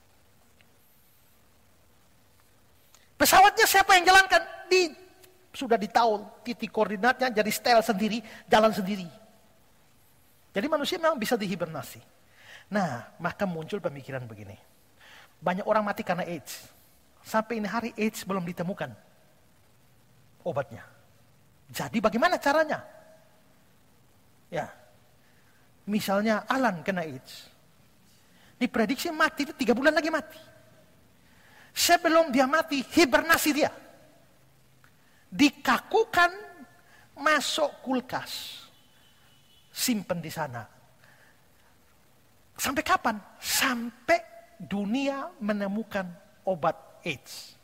Pesawatnya siapa yang jalankan? Di, sudah ditahu titik koordinatnya, jadi setel sendiri, jalan sendiri. Jadi manusia memang bisa dihibernasi. Nah, maka muncul pemikiran begini. Banyak orang mati karena AIDS. Sampai ini hari AIDS belum ditemukan obatnya. Jadi bagaimana caranya? Ya, misalnya Alan kena AIDS. Diprediksi mati itu tiga bulan lagi mati. Sebelum dia mati, hibernasi dia. Dikakukan, masuk kulkas. Simpen di sana. Sampai kapan? Sampai dunia menemukan obat AIDS.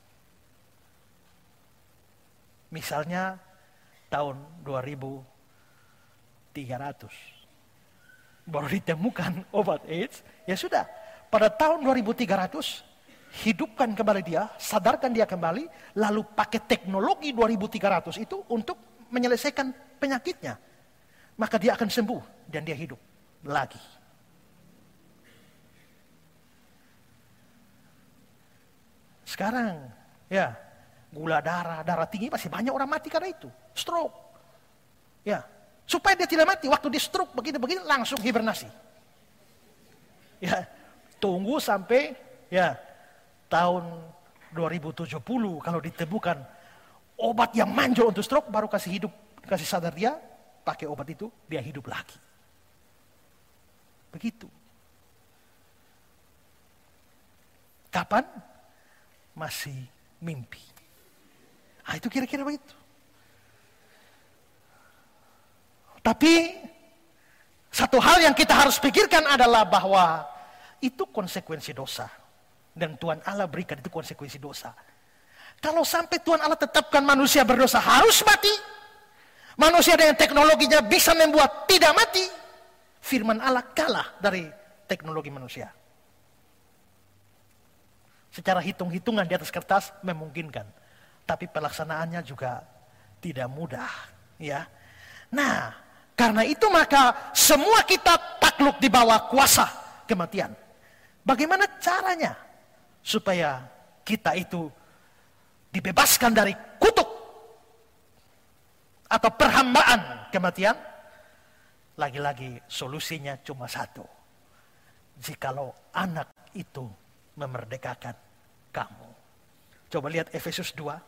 Misalnya tahun dua ribu tiga ratus. Baru ditemukan obat AIDS. Ya sudah, pada tahun dua ribu tiga ratus... hidupkan kembali dia, sadarkan dia kembali, lalu pakai teknologi dua ribu tiga ratus itu untuk menyelesaikan penyakitnya. Maka dia akan sembuh dan dia hidup lagi. Sekarang, ya, gula darah, darah tinggi masih banyak orang mati karena itu. Stroke. Ya, supaya dia tidak mati, waktu di stroke begini-begini langsung hibernasi. Ya, tunggu sampai, ya, tahun dua ribu tujuh puluh kalau ditemukan obat yang manjur untuk stroke, baru kasih hidup, kasih sadar dia, pakai obat itu, dia hidup lagi. Begitu. Kapan? Masih mimpi. Ah, itu kira-kira begitu. Tapi satu hal yang kita harus pikirkan adalah bahwa itu konsekuensi dosa. Dan Tuhan Allah berikan itu konsekuensi dosa. Kalau sampai Tuhan Allah tetapkan manusia berdosa harus mati, manusia dengan teknologinya bisa membuat tidak mati, firman Allah kalah dari teknologi manusia. Secara hitung-hitungan di atas kertas memungkinkan, tapi pelaksanaannya juga tidak mudah, ya. Nah, karena itu maka semua kita takluk di bawah kuasa kematian. Bagaimana caranya supaya kita itu dibebaskan dari kutuk atau perhambaan kematian? Lagi-lagi solusinya cuma satu. Jikalau anak itu memerdekakan kamu. Coba lihat Efesus dua.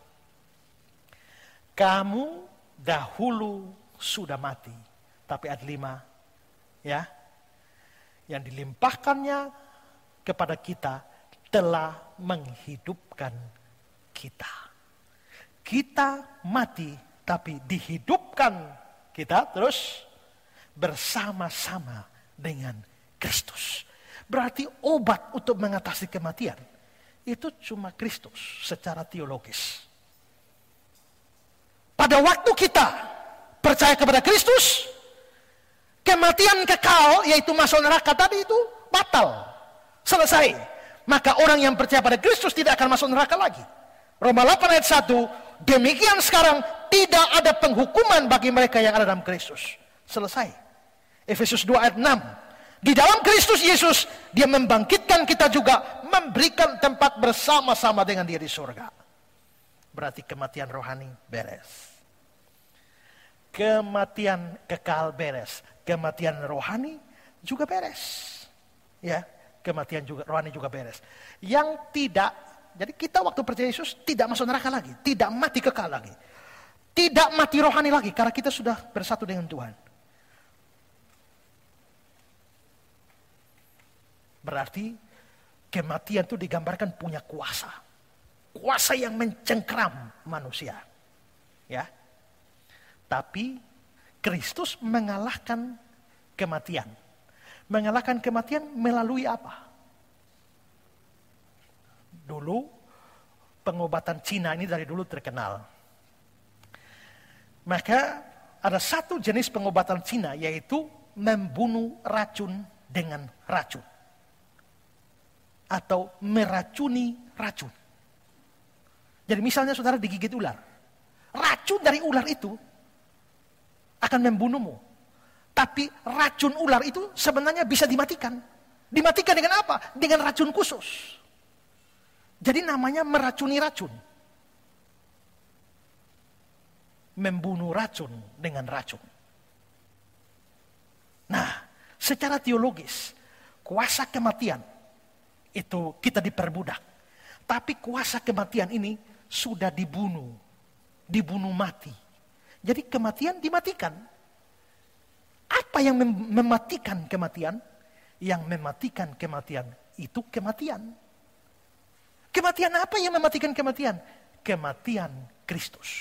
Kamu dahulu sudah mati. Tapi ayat lima, ya, yang dilimpahkannya kepada kita telah menghidupkan kita. Kita mati tapi dihidupkan kita terus bersama-sama dengan Kristus. Berarti obat untuk mengatasi kematian itu cuma Kristus secara teologis. Pada waktu kita percaya kepada Kristus, kematian kekal yaitu masuk neraka tadi itu batal. Selesai. Maka orang yang percaya pada Kristus tidak akan masuk neraka lagi. Roma delapan ayat satu, demikian sekarang tidak ada penghukuman bagi mereka yang ada dalam Kristus. Selesai. Efesus dua ayat enam, di dalam Kristus Yesus dia membangkitkan kita juga, memberikan tempat bersama-sama dengan dia di surga. Berarti kematian rohani beres. Kematian kekal beres. Kematian rohani juga beres. Ya. Kematian juga rohani juga beres. Yang tidak, jadi kita waktu percaya Yesus tidak masuk neraka lagi, tidak mati kekal lagi, tidak mati rohani lagi karena kita sudah bersatu dengan Tuhan. Berarti kematian itu digambarkan punya kuasa, kuasa yang mencengkram manusia, ya. Tapi Kristus mengalahkan kematian. Mengalahkan kematian melalui apa? Dulu pengobatan Cina ini dari dulu terkenal. Maka ada satu jenis pengobatan Cina yaitu membunuh racun dengan racun. Atau meracuni racun. Jadi misalnya saudara digigit ular. Racun dari ular itu akan membunuhmu. Tapi racun ular itu sebenarnya bisa dimatikan. Dimatikan dengan apa? Dengan racun khusus. Jadi namanya meracuni racun. Membunuh racun dengan racun. Nah, secara teologis, kuasa kematian itu kita diperbudak. Tapi kuasa kematian ini sudah dibunuh. Dibunuh mati. Jadi kematian dimatikan. Apa yang mem- mematikan kematian? Yang mematikan kematian itu kematian. Kematian apa yang mematikan kematian? Kematian Kristus.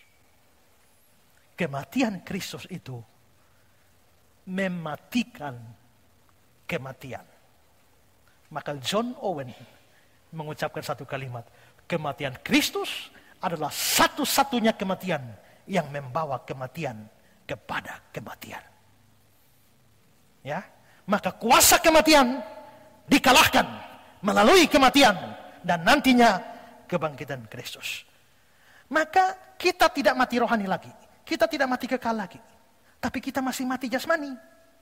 Kematian Kristus itu mematikan kematian. Maka John Owen mengucapkan satu kalimat, kematian Kristus adalah satu-satunya kematian yang membawa kematian kepada kematian. Ya, maka kuasa kematian dikalahkan melalui kematian dan nantinya kebangkitan Kristus. Maka kita tidak mati rohani lagi, kita tidak mati kekal lagi, tapi kita masih mati jasmani.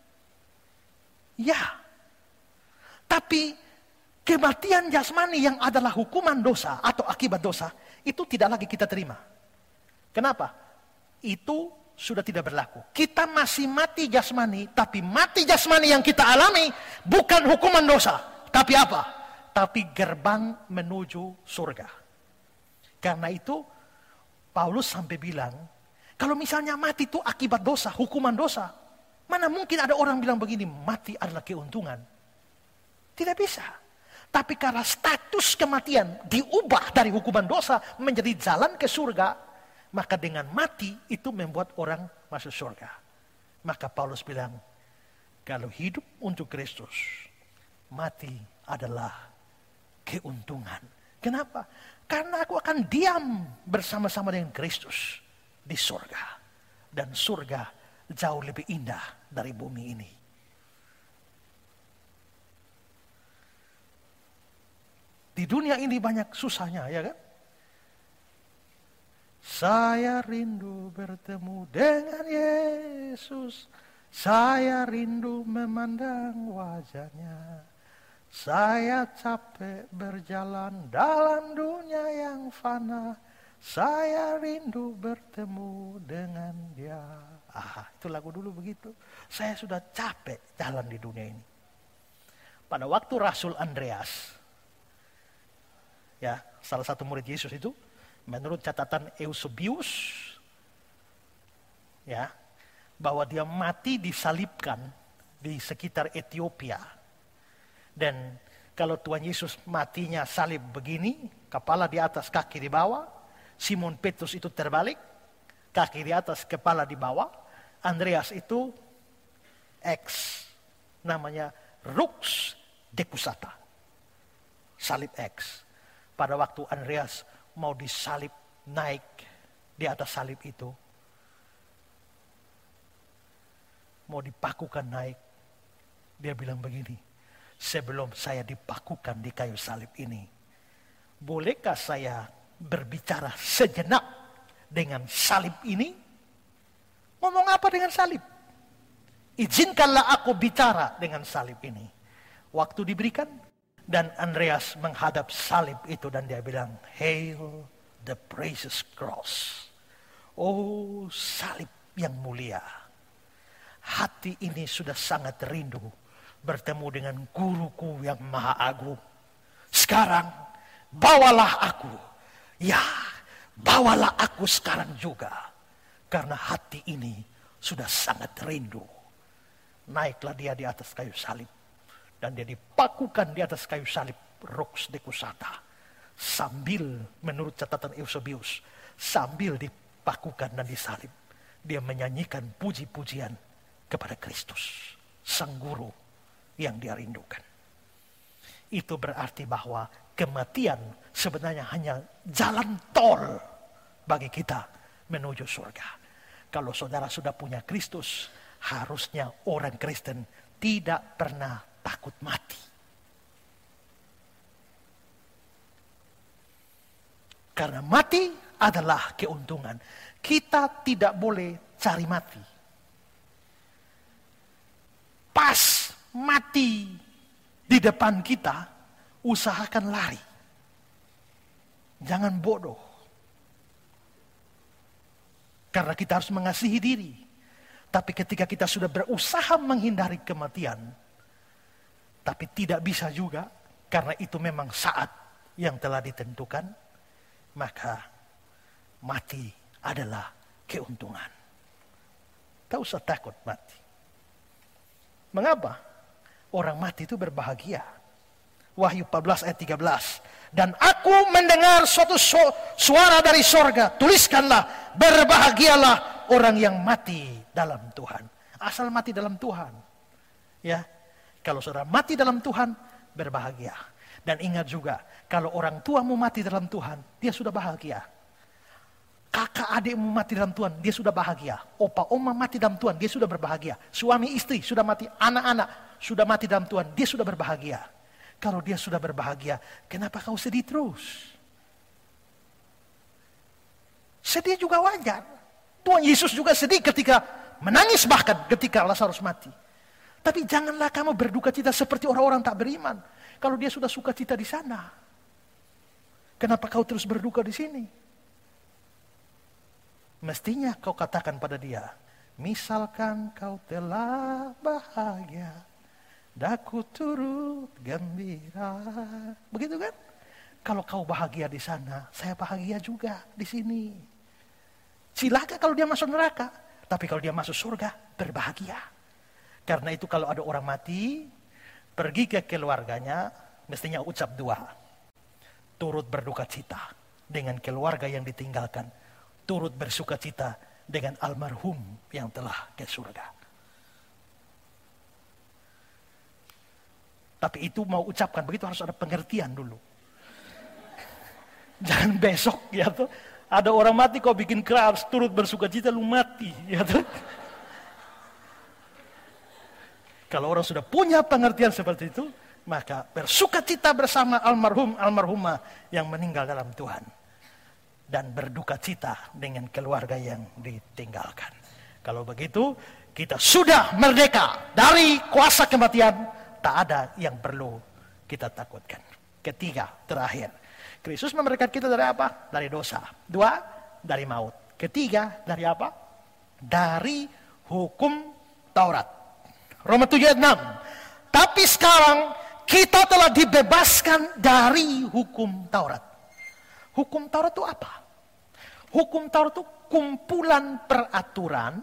Ya, tapi kematian jasmani yang adalah hukuman dosa atau akibat dosa itu tidak lagi kita terima. Kenapa? Itu sudah tidak berlaku. Kita masih mati jasmani, tapi mati jasmani yang kita alami bukan hukuman dosa, tapi apa? Tapi gerbang menuju surga. Karena itu Paulus sampai bilang, kalau misalnya mati itu akibat dosa, hukuman dosa, mana mungkin ada orang bilang begini, mati adalah keuntungan. Tidak bisa. Tapi karena status kematian diubah dari hukuman dosa menjadi jalan ke surga, maka dengan mati itu membuat orang masuk surga. Maka Paulus bilang, kalau hidup untuk Kristus, mati adalah keuntungan. Kenapa? Karena aku akan diam bersama-sama dengan Kristus di surga. Dan surga jauh lebih indah dari bumi ini. Di dunia ini banyak susahnya, ya kan? Saya rindu bertemu dengan Yesus. Saya rindu memandang wajahnya. Saya capek berjalan dalam dunia yang fana. Saya rindu bertemu dengan Dia. Ah, itu lagu dulu begitu. Saya sudah capek jalan di dunia ini. Pada waktu Rasul Andreas, ya, salah satu murid Yesus itu, menurut catatan Eusebius, ya, bahwa dia mati disalibkan di sekitar Ethiopia. Dan kalau Tuhan Yesus matinya salib begini, kepala di atas, kaki di bawah, Simon Petrus itu terbalik, kaki di atas, kepala di bawah, Andreas itu X, namanya Rux Dekusata, salib X. Pada waktu Andreas mau disalib naik di atas salib itu, mau dipakukan naik, dia bilang begini, sebelum saya dipakukan di kayu salib ini, bolehkah saya berbicara sejenak dengan salib ini? Ngomong apa dengan salib? Izinkanlah aku bicara dengan salib ini. Waktu diberikan, dan Andreas menghadap salib itu dan dia bilang, Hail the precious cross. Oh, salib yang mulia. Hati ini sudah sangat rindu bertemu dengan guruku yang maha agung. Sekarang bawalah aku. Ya, bawalah aku sekarang juga. Karena hati ini sudah sangat rindu. Naiklah dia di atas kayu salib. Dan dia dipakukan di atas kayu salib Rux Dekusata. Sambil, menurut catatan Eusebius, sambil dipakukan dan disalib, dia menyanyikan puji-pujian kepada Kristus, Sang Guru yang dia rindukan. Itu berarti bahwa kematian sebenarnya hanya jalan tol bagi kita menuju surga. Kalau saudara sudah punya Kristus, harusnya orang Kristen tidak pernah takut mati. Karena mati adalah keuntungan. Kita tidak boleh cari mati. pas mati di depan kita, usahakan lari. Jangan bodoh. Karena kita harus mengasihi diri. Tapi ketika kita sudah berusaha menghindari kematian, tapi tidak bisa juga, karena itu memang saat yang telah ditentukan, maka mati adalah keuntungan. Tak usah takut mati. Mengapa? Orang mati itu berbahagia. Wahyu empat belas ayat tiga belas. Dan aku mendengar suatu suara dari sorga. Tuliskanlah, berbahagialah orang yang mati dalam Tuhan. Asal mati dalam Tuhan. Ya, kalau saudara mati dalam Tuhan, berbahagia. Dan ingat juga, kalau orang tuamu mati dalam Tuhan, dia sudah bahagia. Kakak adikmu mati dalam Tuhan, dia sudah bahagia. Opa oma mati dalam Tuhan, dia sudah berbahagia. Suami istri sudah mati, anak-anak sudah mati dalam Tuhan, dia sudah berbahagia. Kalau dia sudah berbahagia, kenapa kau sedih terus? Sedih juga wajar. Tuhan Yesus juga sedih ketika menangis, bahkan ketika Lazarus mati. Tapi janganlah kamu berduka cita seperti orang-orang tak beriman. Kalau dia sudah suka cita di sana, kenapa kau terus berduka di sini? Mestinya kau katakan pada dia, misalkan kau telah bahagia, daku turut gembira. Begitu kan? Kalau kau bahagia di sana, saya bahagia juga di sini. Silakan kalau dia masuk neraka, tapi kalau dia masuk surga, berbahagia. Karena itu kalau ada orang mati, pergi ke keluarganya, mestinya ucap dua. Turut berduka cita dengan keluarga yang ditinggalkan. Turut bersuka cita dengan almarhum yang telah ke surga. Tapi itu mau ucapkan begitu harus ada pengertian dulu. Jangan besok ya tuh. Ada orang mati kau bikin keras, turut bersuka cita lu mati ya tuh. Kalau orang sudah punya pengertian seperti itu, maka bersuka cita bersama almarhum almarhumah yang meninggal dalam Tuhan. Dan berduka cita dengan keluarga yang ditinggalkan. Kalau begitu, kita sudah merdeka dari kuasa kematian. Tak ada yang perlu kita takutkan. Ketiga, terakhir. Kristus memerdekakan kita dari apa? Dari dosa. Dua, dari maut. Ketiga, dari apa? Dari hukum Taurat. Roma tujuh ayat enam. Tapi sekarang kita telah dibebaskan dari hukum Taurat. Hukum Taurat itu apa? Hukum Taurat itu kumpulan peraturan,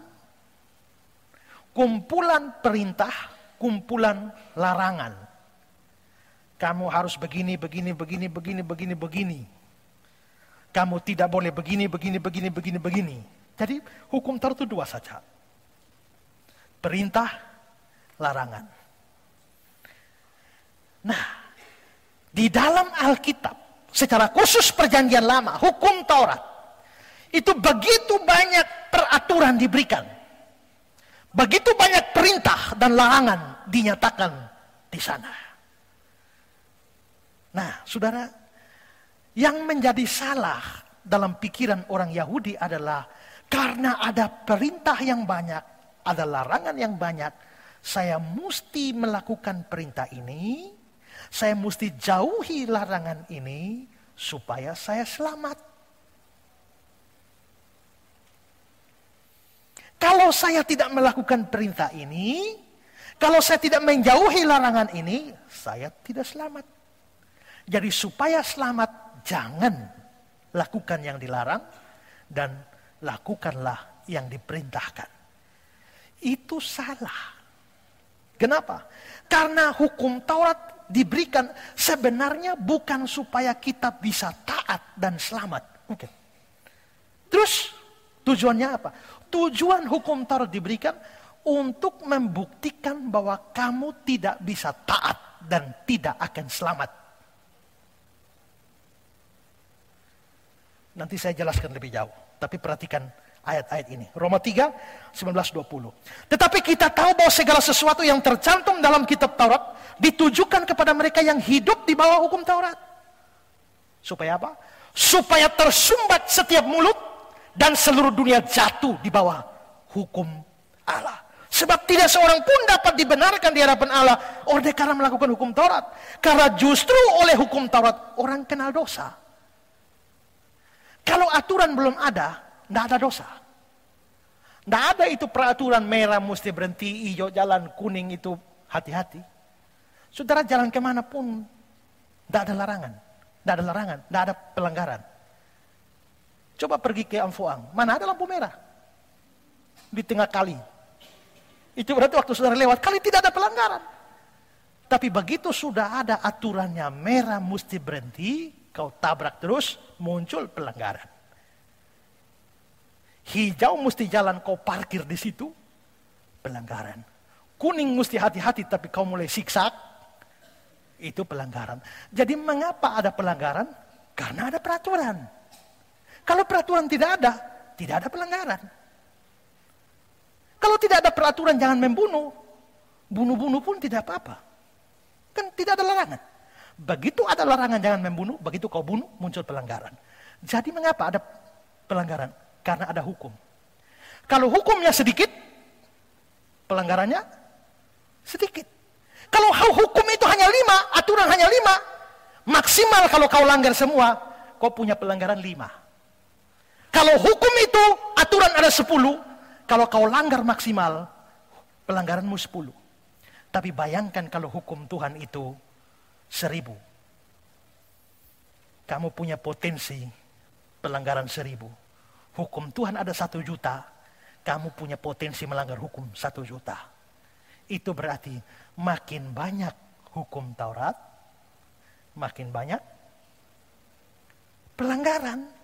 kumpulan perintah, kumpulan larangan. Kamu harus begini, begini, begini, begini, begini, begini. Kamu tidak boleh begini, begini, begini, begini, begini. Jadi hukum Taurat itu dua saja. Perintah, larangan. Nah, di dalam Alkitab, secara khusus perjanjian lama, hukum Taurat, itu begitu banyak peraturan diberikan. Begitu banyak perintah dan larangan dinyatakan di sana. Nah, saudara, yang menjadi salah dalam pikiran orang Yahudi adalah karena ada perintah yang banyak, ada larangan yang banyak, saya mesti melakukan perintah ini, saya mesti jauhi larangan ini supaya saya selamat. Kalau saya tidak melakukan perintah ini, kalau saya tidak menjauhi larangan ini, saya tidak selamat. Jadi supaya selamat, jangan lakukan yang dilarang dan lakukanlah yang diperintahkan. Itu salah. Kenapa? Karena hukum Taurat diberikan sebenarnya bukan supaya kita bisa taat dan selamat. Oke. Terus tujuannya apa? Tujuan hukum Taurat diberikan untuk membuktikan bahwa kamu tidak bisa taat dan tidak akan selamat. Nanti saya jelaskan lebih jauh. Tapi perhatikan ayat-ayat ini. Roma tiga, sembilan belas dua puluh. Tetapi kita tahu bahwa segala sesuatu yang tercantum dalam kitab Taurat ditujukan kepada mereka yang hidup di bawah hukum Taurat. Supaya apa? Supaya tersumbat setiap mulut dan seluruh dunia jatuh di bawah hukum Allah. Sebab tidak seorang pun dapat dibenarkan di hadapan Allah oleh karena melakukan hukum Taurat. Karena justru oleh hukum Taurat orang kenal dosa. Kalau aturan belum ada, tidak ada dosa. Tidak ada itu peraturan merah mesti berhenti, hijau jalan, kuning itu hati-hati. Saudara jalan kemanapun, tidak ada larangan. Tidak ada larangan, tidak ada pelanggaran. Coba pergi ke Amfoang, mana ada lampu merah? Di tengah kali. Itu berarti waktu saudara lewat, kali tidak ada pelanggaran. Tapi begitu sudah ada aturannya, merah mesti berhenti, kau tabrak terus, muncul pelanggaran. Hijau mesti jalan, kau parkir di situ, pelanggaran. Kuning mesti hati-hati, tapi kau mulai siksak, itu pelanggaran. Jadi mengapa ada pelanggaran? Karena ada peraturan. Kalau peraturan tidak ada, tidak ada pelanggaran. Kalau tidak ada peraturan jangan membunuh, bunuh-bunuh pun tidak apa-apa. Kan tidak ada larangan. Begitu ada larangan jangan membunuh, begitu kau bunuh muncul pelanggaran. Jadi mengapa ada pelanggaran? Karena ada hukum. Kalau hukumnya sedikit, pelanggarannya sedikit. Kalau hukum itu hanya lima, aturan hanya lima, maksimal kalau kau langgar semua, kau punya pelanggaran lima. Kalau hukum itu aturan ada sepuluh, kalau kau langgar maksimal, pelanggaranmu sepuluh. Tapi bayangkan kalau hukum Tuhan itu seribu. Kamu punya potensi pelanggaran seribu. Hukum Tuhan ada satu juta, kamu punya potensi melanggar hukum satu juta. Itu berarti makin banyak hukum Taurat, makin banyak pelanggaran.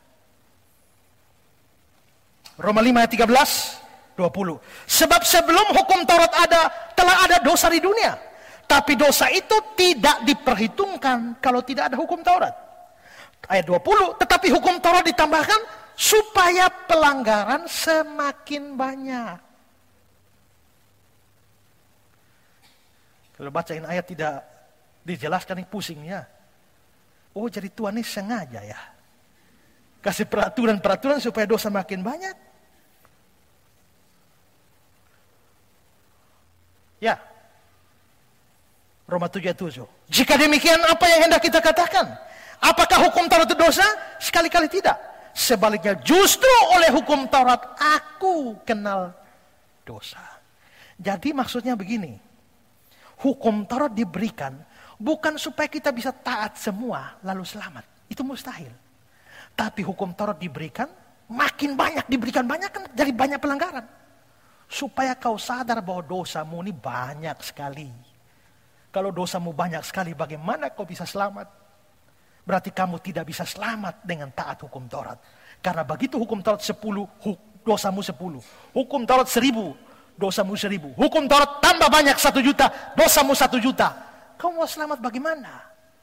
Roma lima ayat tiga belas, dua puluh. Sebab sebelum hukum Taurat ada, telah ada dosa di dunia. Tapi dosa itu tidak diperhitungkan kalau tidak ada hukum Taurat. Ayat dua puluh, tetapi hukum Taurat ditambahkan supaya pelanggaran semakin banyak. Kalau bacain ayat tidak dijelaskan ini pusing ya. Oh jadi Tuhan ini sengaja ya. Kasih peraturan-peraturan supaya dosa makin banyak. Ya. Roma tujuh ayat tujuh. Jika demikian apa yang hendak kita katakan? Apakah hukum Taurat itu dosa? Sekali-kali tidak. Sebaliknya justru oleh hukum Taurat aku kenal dosa. Jadi maksudnya begini. Hukum Taurat diberikan bukan supaya kita bisa taat semua lalu selamat. Itu mustahil. Tapi hukum Taurat diberikan, makin banyak diberikan banyak kan jadi banyak pelanggaran. Supaya kau sadar bahwa dosamu ini banyak sekali. Kalau dosamu banyak sekali, bagaimana kau bisa selamat? Berarti kamu tidak bisa selamat dengan taat hukum Taurat. Karena begitu hukum Taurat sepuluh, dosamu sepuluh. Hukum Taurat seribu, dosamu seribu. Hukum Taurat tambah banyak satu juta, dosamu satu juta. Kau mau selamat bagaimana?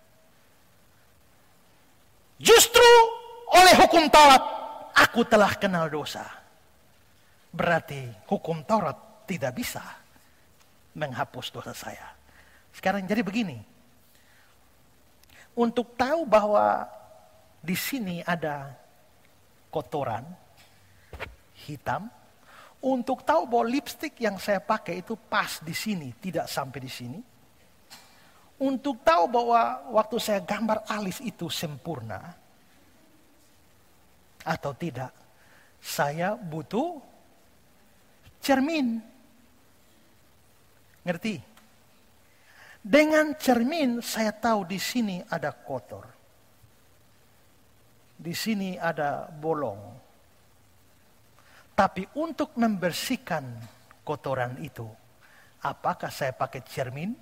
Justru oleh hukum Taurat, aku telah kenal dosa. Berarti hukum Taurat tidak bisa menghapus dosa saya. Sekarang jadi begini. Untuk tahu bahwa di sini ada kotoran hitam, untuk tahu bahwa lipstik yang saya pakai itu pas di sini, tidak sampai di sini. Untuk tahu bahwa waktu saya gambar alis itu sempurna atau tidak, saya butuh cermin. Ngerti? Dengan cermin saya tahu di sini ada kotor. Di sini ada bolong. Tapi untuk membersihkan kotoran itu, apakah saya pakai cermin?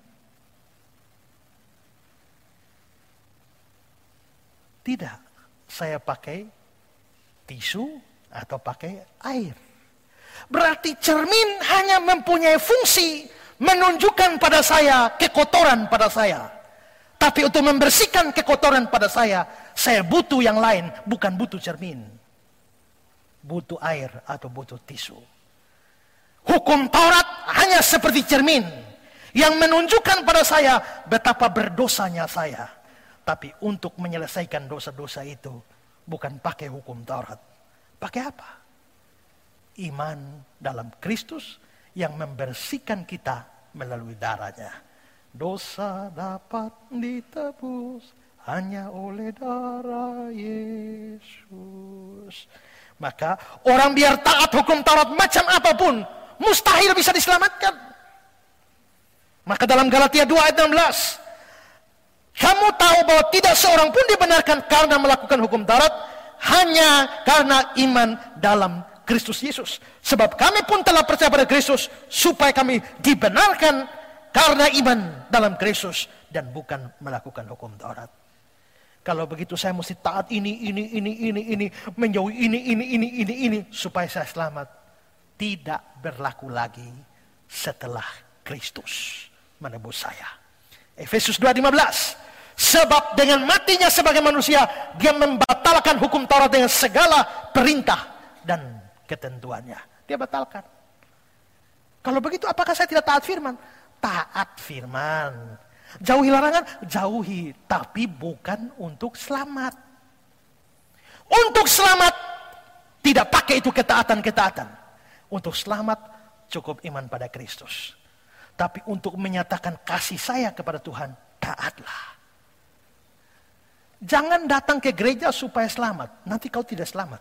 Tidak. Saya pakai tisu atau pakai air. Berarti cermin hanya mempunyai fungsi menunjukkan pada saya kekotoran pada saya. Tapi untuk membersihkan kekotoran pada saya, saya butuh yang lain, bukan butuh cermin. Butuh air atau butuh tisu. Hukum Taurat hanya seperti cermin yang menunjukkan pada saya betapa berdosanya saya. Tapi untuk menyelesaikan dosa-dosa itu bukan pakai hukum Taurat. Pakai apa? Iman dalam Kristus yang membersihkan kita melalui darahnya. Dosa dapat ditebus hanya oleh darah Yesus. Maka orang biar taat hukum Taurat macam apapun, mustahil bisa diselamatkan. Maka dalam Galatia dua ayat enam belas, kamu tahu bahwa tidak seorang pun dibenarkan karena melakukan hukum Taurat, hanya karena iman dalam Kristus Yesus. Sebab kami pun telah percaya pada Kristus, supaya kami dibenarkan karena iman dalam Kristus dan bukan melakukan hukum Taurat. Kalau begitu saya mesti taat ini, ini, ini, ini, ini, menjauhi ini, ini, ini, ini, ini, supaya saya selamat. Tidak berlaku lagi setelah Kristus menebus saya. Efesus dua ayat lima belas. Sebab dengan matinya sebagai manusia, dia membatalkan hukum Taurat dengan segala perintah dan ketentuannya. Dia batalkan. Kalau begitu apakah saya tidak taat firman? Taat firman. Jauhi larangan? Jauhi. Tapi bukan untuk selamat. Untuk selamat tidak pakai itu ketaatan-ketaatan. Untuk selamat cukup iman pada Kristus. Tapi untuk menyatakan kasih saya kepada Tuhan, taatlah. Jangan datang ke gereja supaya selamat. Nanti kau tidak selamat.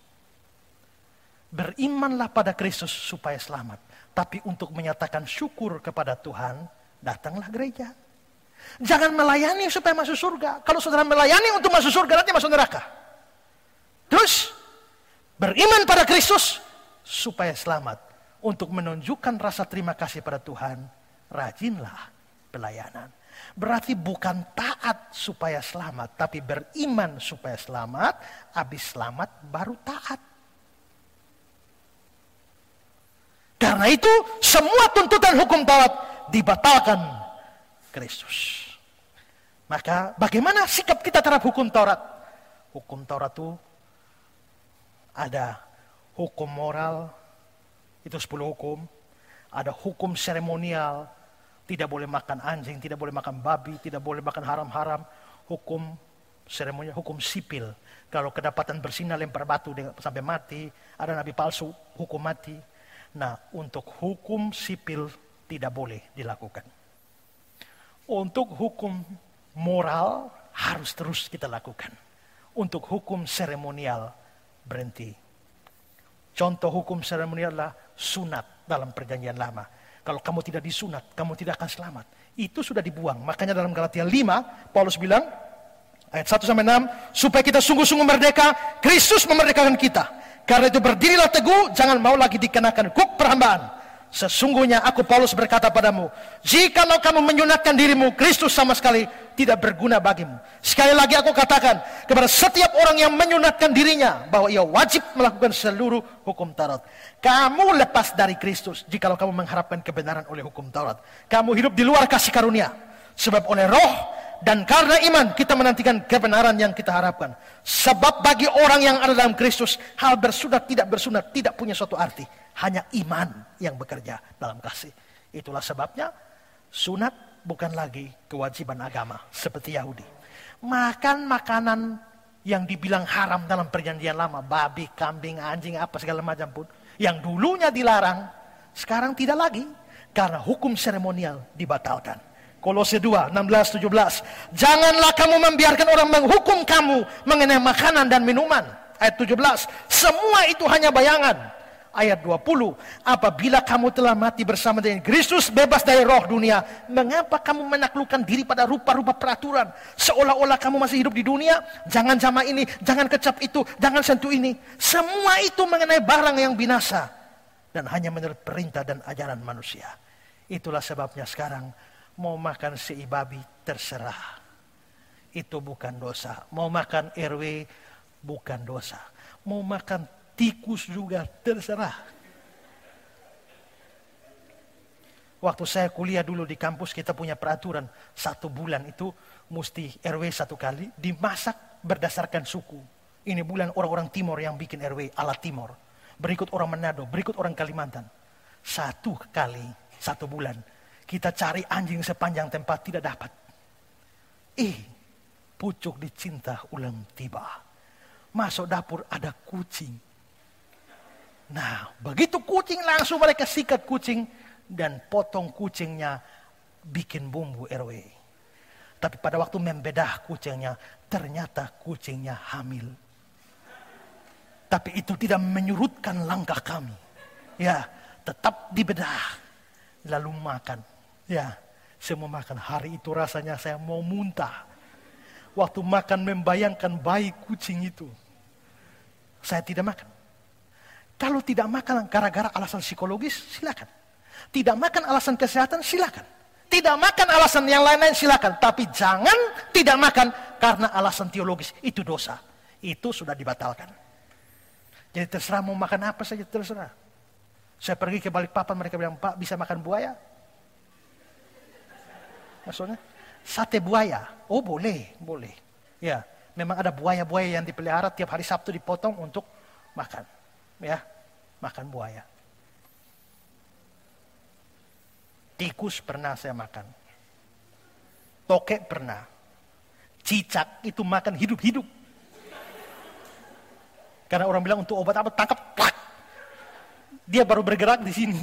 Berimanlah pada Kristus supaya selamat. Tapi untuk menyatakan syukur kepada Tuhan, datanglah gereja. Jangan melayani supaya masuk surga. Kalau saudara melayani untuk masuk surga, nanti masuk neraka. Terus, beriman pada Kristus supaya selamat. Untuk menunjukkan rasa terima kasih pada Tuhan, rajinlah pelayanan. Berarti bukan taat supaya selamat, tapi beriman supaya selamat, habis selamat baru taat. Karena itu semua tuntutan hukum Taurat dibatalkan Kristus. Maka bagaimana sikap kita terhadap hukum Taurat? Hukum Taurat itu ada hukum moral, itu sepuluh hukum. Ada hukum seremonial, tidak boleh makan anjing, tidak boleh makan babi, tidak boleh makan haram-haram. Hukum seremonial, hukum sipil. Kalau kedapatan bersinah lempar batu sampai mati, ada nabi palsu, hukum mati. Nah, untuk hukum sipil tidak boleh dilakukan. Untuk hukum moral harus terus kita lakukan. Untuk hukum seremonial berhenti. Contoh hukum seremonial adalah sunat dalam perjanjian lama. Kalau kamu tidak disunat, kamu tidak akan selamat. Itu sudah dibuang. Makanya dalam Galatia lima, Paulus bilang, ayat satu sampai enam, supaya kita sungguh-sungguh merdeka, Kristus memerdekakan kita. Karena itu berdirilah teguh, jangan mau lagi dikenakan kuk perhambaan. Sesungguhnya aku Paulus berkata padamu, jikalau kamu menyunatkan dirimu, Kristus sama sekali tidak berguna bagimu. Sekali lagi aku katakan kepada setiap orang yang menyunatkan dirinya, bahwa ia wajib melakukan seluruh hukum Taurat. Kamu lepas dari Kristus jikalau kamu mengharapkan kebenaran oleh hukum Taurat. Kamu hidup di luar kasih karunia. Sebab oleh roh dan karena iman kita menantikan kebenaran yang kita harapkan. Sebab bagi orang yang ada dalam Kristus, hal bersunat tidak bersunat tidak punya suatu arti. Hanya iman yang bekerja dalam kasih. Itulah sebabnya sunat bukan lagi kewajiban agama seperti Yahudi. Makan makanan yang dibilang haram dalam perjanjian lama, babi, kambing, anjing, apa segala macam pun, yang dulunya dilarang, sekarang tidak lagi karena hukum seremonial dibatalkan. Kolose dua, enam belas, tujuh belas. Janganlah kamu membiarkan orang menghukum kamu mengenai makanan dan minuman. Ayat tujuh belas. Semua itu hanya bayangan. Ayat dua puluh. Apabila kamu telah mati bersama dengan Kristus, bebas dari roh dunia, mengapa kamu menaklukkan diri pada rupa-rupa peraturan? Seolah-olah kamu masih hidup di dunia. Jangan sama ini, jangan kecap itu, jangan sentuh ini. Semua itu mengenai barang yang binasa. Dan hanya menurut perintah dan ajaran manusia. Itulah sebabnya sekarang mau makan sei babi terserah. Itu bukan dosa. Mau makan R W bukan dosa. Mau makan tikus juga terserah. Waktu saya kuliah dulu di kampus, kita punya peraturan. Satu bulan itu mesti R W satu kali, dimasak berdasarkan suku. Ini bulan orang-orang Timor yang bikin R W ala Timor. Berikut orang Manado, berikut orang Kalimantan. Satu kali, satu bulan. Kita cari anjing sepanjang tempat, tidak dapat. Eh, pucuk dicinta ulang tiba. Masuk dapur ada kucing. Nah, begitu kucing langsung mereka sikat kucing dan potong kucingnya, bikin bumbu R W. Tapi pada waktu membedah kucingnya, ternyata kucingnya hamil. Tapi itu tidak menyurutkan langkah kami. Ya, tetap dibedah. Lalu makan. Ya, saya mau makan. Hari itu rasanya saya mau muntah. Waktu makan membayangkan bayi kucing itu. Saya tidak makan. Kalau tidak makan gara-gara alasan psikologis, silakan. Tidak makan alasan kesehatan, silakan. Tidak makan alasan yang lain-lain, silakan. Tapi jangan tidak makan karena alasan teologis. Itu dosa. Itu sudah dibatalkan. Jadi terserah mau makan apa saja, terserah. Saya pergi ke Balikpapan, mereka bilang, Pak bisa makan buaya? Maksudnya? Sate buaya. Oh boleh, boleh. Ya, memang ada buaya-buaya yang dipelihara, tiap hari Sabtu dipotong untuk makan. Ya, makan buaya. Tikus pernah saya makan. Tokek pernah. Cicak itu makan hidup-hidup. Karena orang bilang untuk obat apa, tangkap, plak. Dia baru bergerak di sini.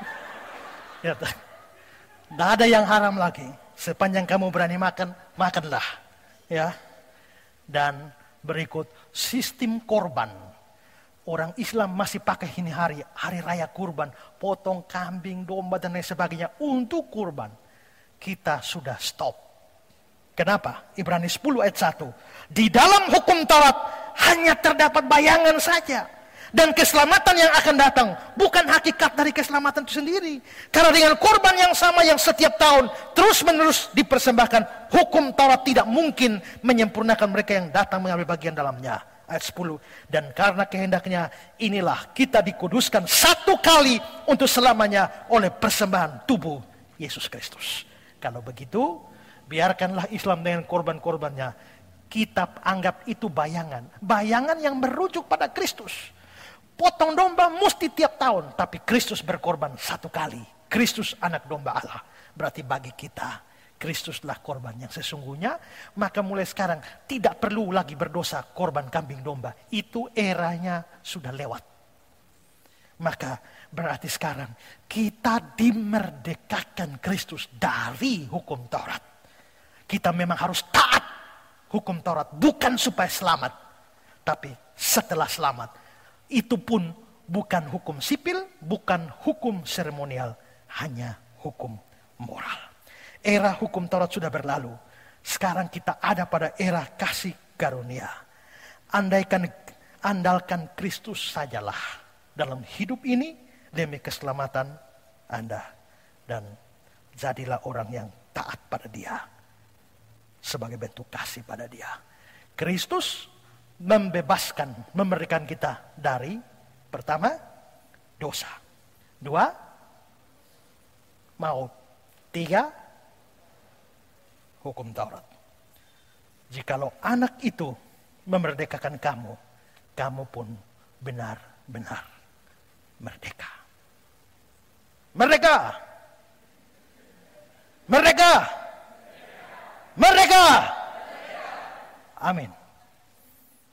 Ya, tidak ada yang haram lagi. Sepanjang kamu berani makan, makanlah. Ya. Dan berikut sistem korban. Orang Islam masih pakai ini hari, hari raya kurban, potong kambing, domba dan lain sebagainya untuk kurban. Kita sudah stop. Kenapa? Ibrani sepuluh ayat satu. Di dalam hukum Taurat hanya terdapat bayangan saja. Dan keselamatan yang akan datang bukan hakikat dari keselamatan itu sendiri. Karena dengan korban yang sama yang setiap tahun terus menerus dipersembahkan, hukum Taurat tidak mungkin menyempurnakan mereka yang datang mengambil bagian dalamnya. Ayat sepuluh. Dan karena kehendaknya inilah kita dikuduskan satu kali untuk selamanya oleh persembahan tubuh Yesus Kristus. Kalau begitu, biarkanlah Islam dengan korban-korbannya. Kita anggap itu bayangan. Bayangan yang merujuk pada Kristus. Potong domba mesti tiap tahun. Tapi Kristus berkorban satu kali. Kristus anak domba Allah. Berarti bagi kita, Kristuslah korban yang sesungguhnya. Maka mulai sekarang tidak perlu lagi berdosa korban kambing domba. Itu eranya sudah lewat. Maka berarti sekarang kita dimerdekakan Kristus dari hukum Taurat. Kita memang harus taat hukum Taurat. Bukan supaya selamat. Tapi setelah selamat. Itu pun bukan hukum sipil. Bukan hukum seremonial. Hanya hukum moral. Era hukum Taurat sudah berlalu. Sekarang kita ada pada era kasih karunia. Andaikan, andalkan Kristus sajalah dalam hidup ini demi keselamatan Anda. Dan jadilah orang yang taat pada Dia. Sebagai bentuk kasih pada Dia. Kristus membebaskan, memberikan kita dari pertama, dosa. Dua, maut. Tiga, hukum Taurat. Jikalau anak itu memerdekakan kamu, kamu pun benar-benar merdeka. Merdeka! Merdeka! Merdeka! Amin.